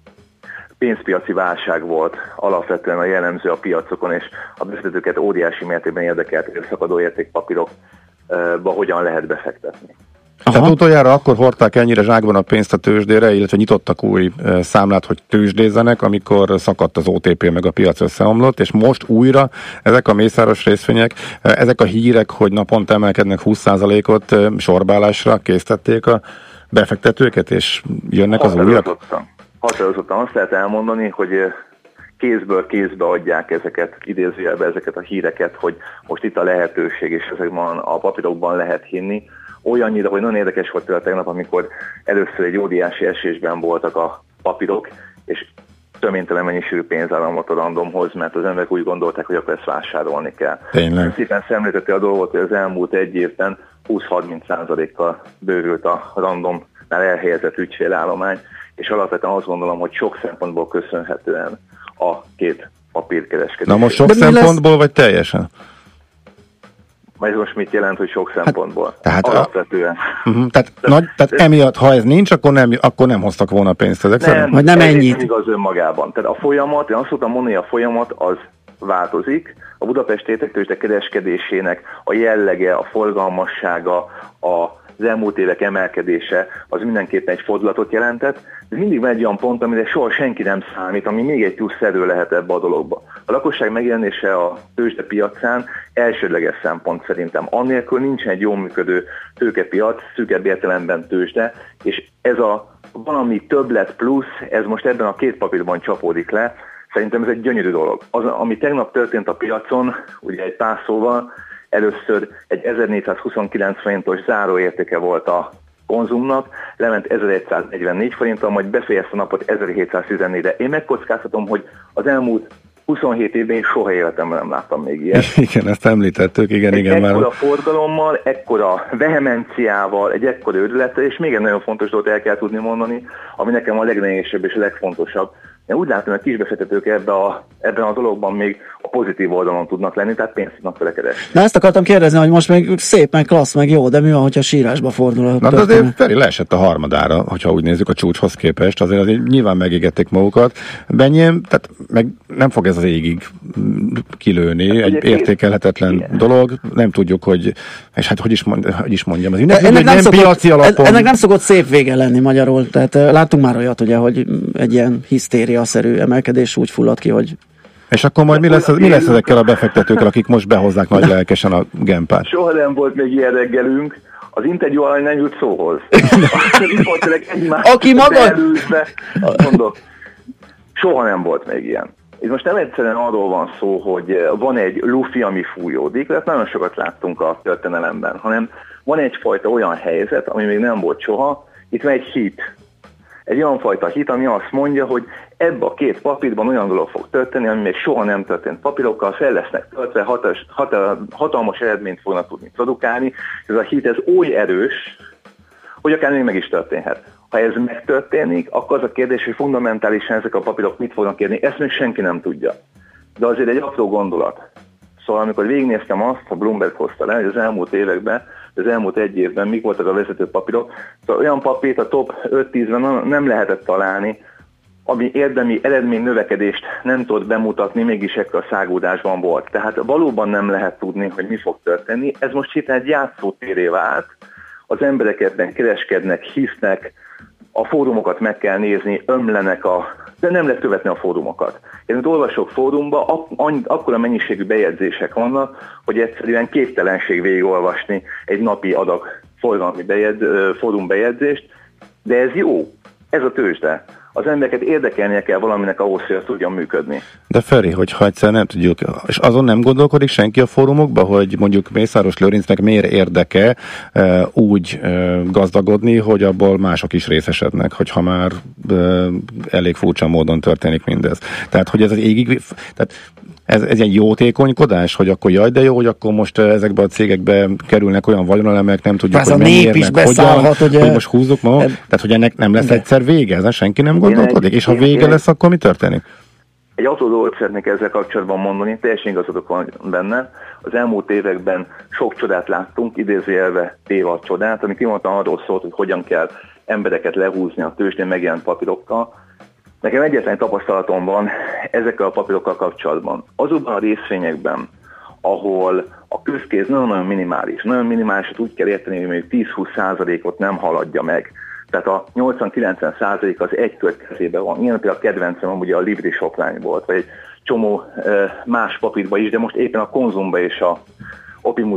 N: pénzpiaci válság volt alapvetően a jellemző a piacokon, és a befektetőket óriási mértékben érdekelt, hogy a szakadó értékpapírokba hogyan lehet befektetni.
E: Aha. Tehát utoljára akkor hordták ennyire zsákban a pénzt a tőzsdére, illetve nyitottak új számlát, hogy tőzsdézzenek, amikor szakadt az o té pé, meg a piac összeomlott, és most újra ezek a mészáros részvények, ezek a hírek, hogy naponta emelkednek húsz százalékot sorbálásra késztették a befektetőket, és jönnek az újak?
N: Határozottan azt lehet elmondani, hogy kézből kézbe adják ezeket, idézőjelbe ezeket a híreket, hogy most itt a lehetőség, és ezekben a papírokban lehet hinni. Olyannyira, hogy nagyon érdekes volt tőle tegnap, amikor először egy óriási esésben voltak a papírok, és töménytelen mennyiségű pénz áramlott a Randomhoz, mert az emberek úgy gondolták, hogy akkor ezt vásárolni kell.
E: Tényleg.
N: Szépen szemlélteti a dolgot, hogy az elmúlt egy évben húsz-harminc százalékkal bővült a randomnál elhelyezett ügyfélállomány, és alapvetően azt gondolom, hogy sok szempontból köszönhetően a két papírkereskedés.
E: Na most sok szempontból, lesz? Vagy teljesen?
N: Ez most mit jelent, hogy sok szempontból? Hát,
E: tehát
N: alapvetően.
E: A, uh-huh, tehát, de, nagy, tehát de, emiatt, ha ez nincs, akkor nem, akkor nem hoztak volna pénzt ezek
N: nem,
E: szerint?
D: Vagy nem ennyit?
N: Nem igaz önmagában. Tehát a folyamat, én azt szoktam mondani, a folyamat az változik. A Budapest értéktőzsde kereskedésének a jellege, a forgalmassága, a az elmúlt évek emelkedése az mindenképpen egy fordulatot jelentett, de mindig van egy olyan pont, amire soha senki nem számít, ami még egy plusz erő lehet ebbe a dologba. A lakosság megjelenése a tőzsdepiacán elsődleges szempont szerintem. Annélkül nincsen egy jól működő tőkepiac, szűkebb értelemben tőzsde, és ez a valami többlet plusz, ez most ebben a két papírban csapódik le. Szerintem ez egy gyönyörű dolog. Az, ami tegnap történt a piacon, ugye egy pár szóval, először egy ezernégyszázhuszonkilenc forintos záróértéke volt a Konzumnak, lement ezeregyszáznegyvennégy forinttal, majd befejezte a napot ezerhétszáztizennégyre. Én megkockáztatom, hogy az elmúlt huszonhét évben én soha életemben nem láttam még ilyet.
E: Igen, ezt említettük, igen,
N: egy
E: igen.
N: Ekkora
E: már...
N: forgalommal, ekkora vehemenciával, egy ekkora őrülettel, és még egy nagyon fontos dolgot el kell tudni mondani, ami nekem a leglényegesebb és a legfontosabb. Én úgy látom, hogy a kisbefektetők ebben a, ebben a dologban még a pozitív oldalon tudnak lenni, tehát pénzt tudnak vele keresni.
D: Na ezt akartam kérdezni, hogy most még szép, meg klassz, meg jó, de mi van, hogyha sírásba fordul a
E: Na de azért Feri leesett a harmadára, hogyha úgy nézzük a csúcshoz képest, azért, azért nyilván megégették magukat. Benyém, tehát meg nem fog ez az égig kilőni, hát, egy értékelhetetlen igen. dolog, nem tudjuk, hogy, és hát hogy is, mond, hogy is mondjam, az ünnep,
D: ennek nem,
E: nem
D: szokott,
E: piaci alapon.
D: Ennek nem szokott szép vége lenni magyarul, tehát láttunk már olyat, ugye, hogy egy ilyen hisztériaszerű emelkedés úgy fullad ki, hogy...
E: És akkor majd mi lesz, mi lesz ezekkel a befektetőkkel, akik most behozzák nagy lelkesen a gempát?
N: Soha nem volt még ilyen reggelünk, az interjú alany nem jut szóhoz.
D: Aki maga...
N: Mondok, soha nem volt még ilyen. Itt most nem egyszerűen arról van szó, hogy van egy lufi, ami fújódik, mert nagyon sokat láttunk a történelemben, hanem van egyfajta olyan helyzet, ami még nem volt soha, itt van egy hit. Egy olyan fajta hit, ami azt mondja, hogy ebbe a két papírban olyan dolog fog történni, ami még soha nem történt papírokkal, fel lesznek töltve, hatalmas, hatalmas eredményt fognak tudni produkálni. Ez a hit ez oly erős, hogy akár még meg is történhet. Ha ez megtörténik, akkor az a kérdés, hogy fundamentálisan ezek a papírok mit fognak érni, ezt még senki nem tudja. De azért egy apró gondolat. Szóval amikor végignéztem azt, a Bloomberg hozta le, hogy az elmúlt években, az elmúlt egy évben mik voltak a vezető papírok, szóval olyan papírt a top öt-tízben nem lehetett találni, ami érdemi eredmény növekedést nem tud bemutatni, mégis ekkor a szágódásban volt. Tehát valóban nem lehet tudni, hogy mi fog történni. Ez most itt egy játszótéré vált, az emberek ebben kereskednek, hisznek, a fórumokat meg kell nézni, ömlenek a... de nem lehet követni a fórumokat. Én ott olvasok fórumban, ak- akkora mennyiségű bejegyzések vannak, hogy egyszerűen képtelenség végigolvasni egy napi adag forgalmi bejegyz, fórumbejegyzést, de ez jó, ez a tőzsde. Az embereket érdekelnie kell valaminek ahhoz, hogy tudjon működni.
E: De Feri, hogyha egyszer nem tudjuk, és azon nem gondolkodik senki a fórumokba, hogy mondjuk Mészáros Lőrincnek miért érdeke e, úgy e, gazdagodni, hogy abból mások is részesednek, hogyha már e, elég furcsa módon történik mindez. Tehát, hogy ez az égig, tehát ez, ez egy jótékonykodás, hogy akkor jaj, de jó, hogy akkor most ezekbe a cégekbe kerülnek olyan vagyonelemek, nem tudjuk,
D: ez
E: hogy mennyiérnek, hogyan,
D: ugye...
E: hogy most húzzuk ma, tehát, hogy ennek nem lesz de. egyszer vége, ezen senki nem gondolkodik, és ha vége lesz, akkor mi történik?
N: Egy apró dolgot szeretnék ezzel kapcsolatban mondani, teljesen igazodok van benne. Az elmúlt években sok csodát láttunk, idézőjelve téve a csodát, ami kimondottan arról szólt, hogy hogyan kell embereket lehúzni a tőzsdén megjelent papírokkal. Nekem egyetlen tapasztalatom van ezekkel a papírokkal kapcsolatban. Azokban a részvényekben, ahol a közkéz nagyon-nagyon minimális, nagyon minimálisat úgy kell érteni, hogy mondjuk tíz-húsz százalékot nem haladja meg. Tehát a nyolcvan-kilencven százalék az egy következében van. Ilyen például a kedvencem ugye a Libri Shopline volt, vagy egy csomó más papírban is, de most éppen a Konzumban és a Optimus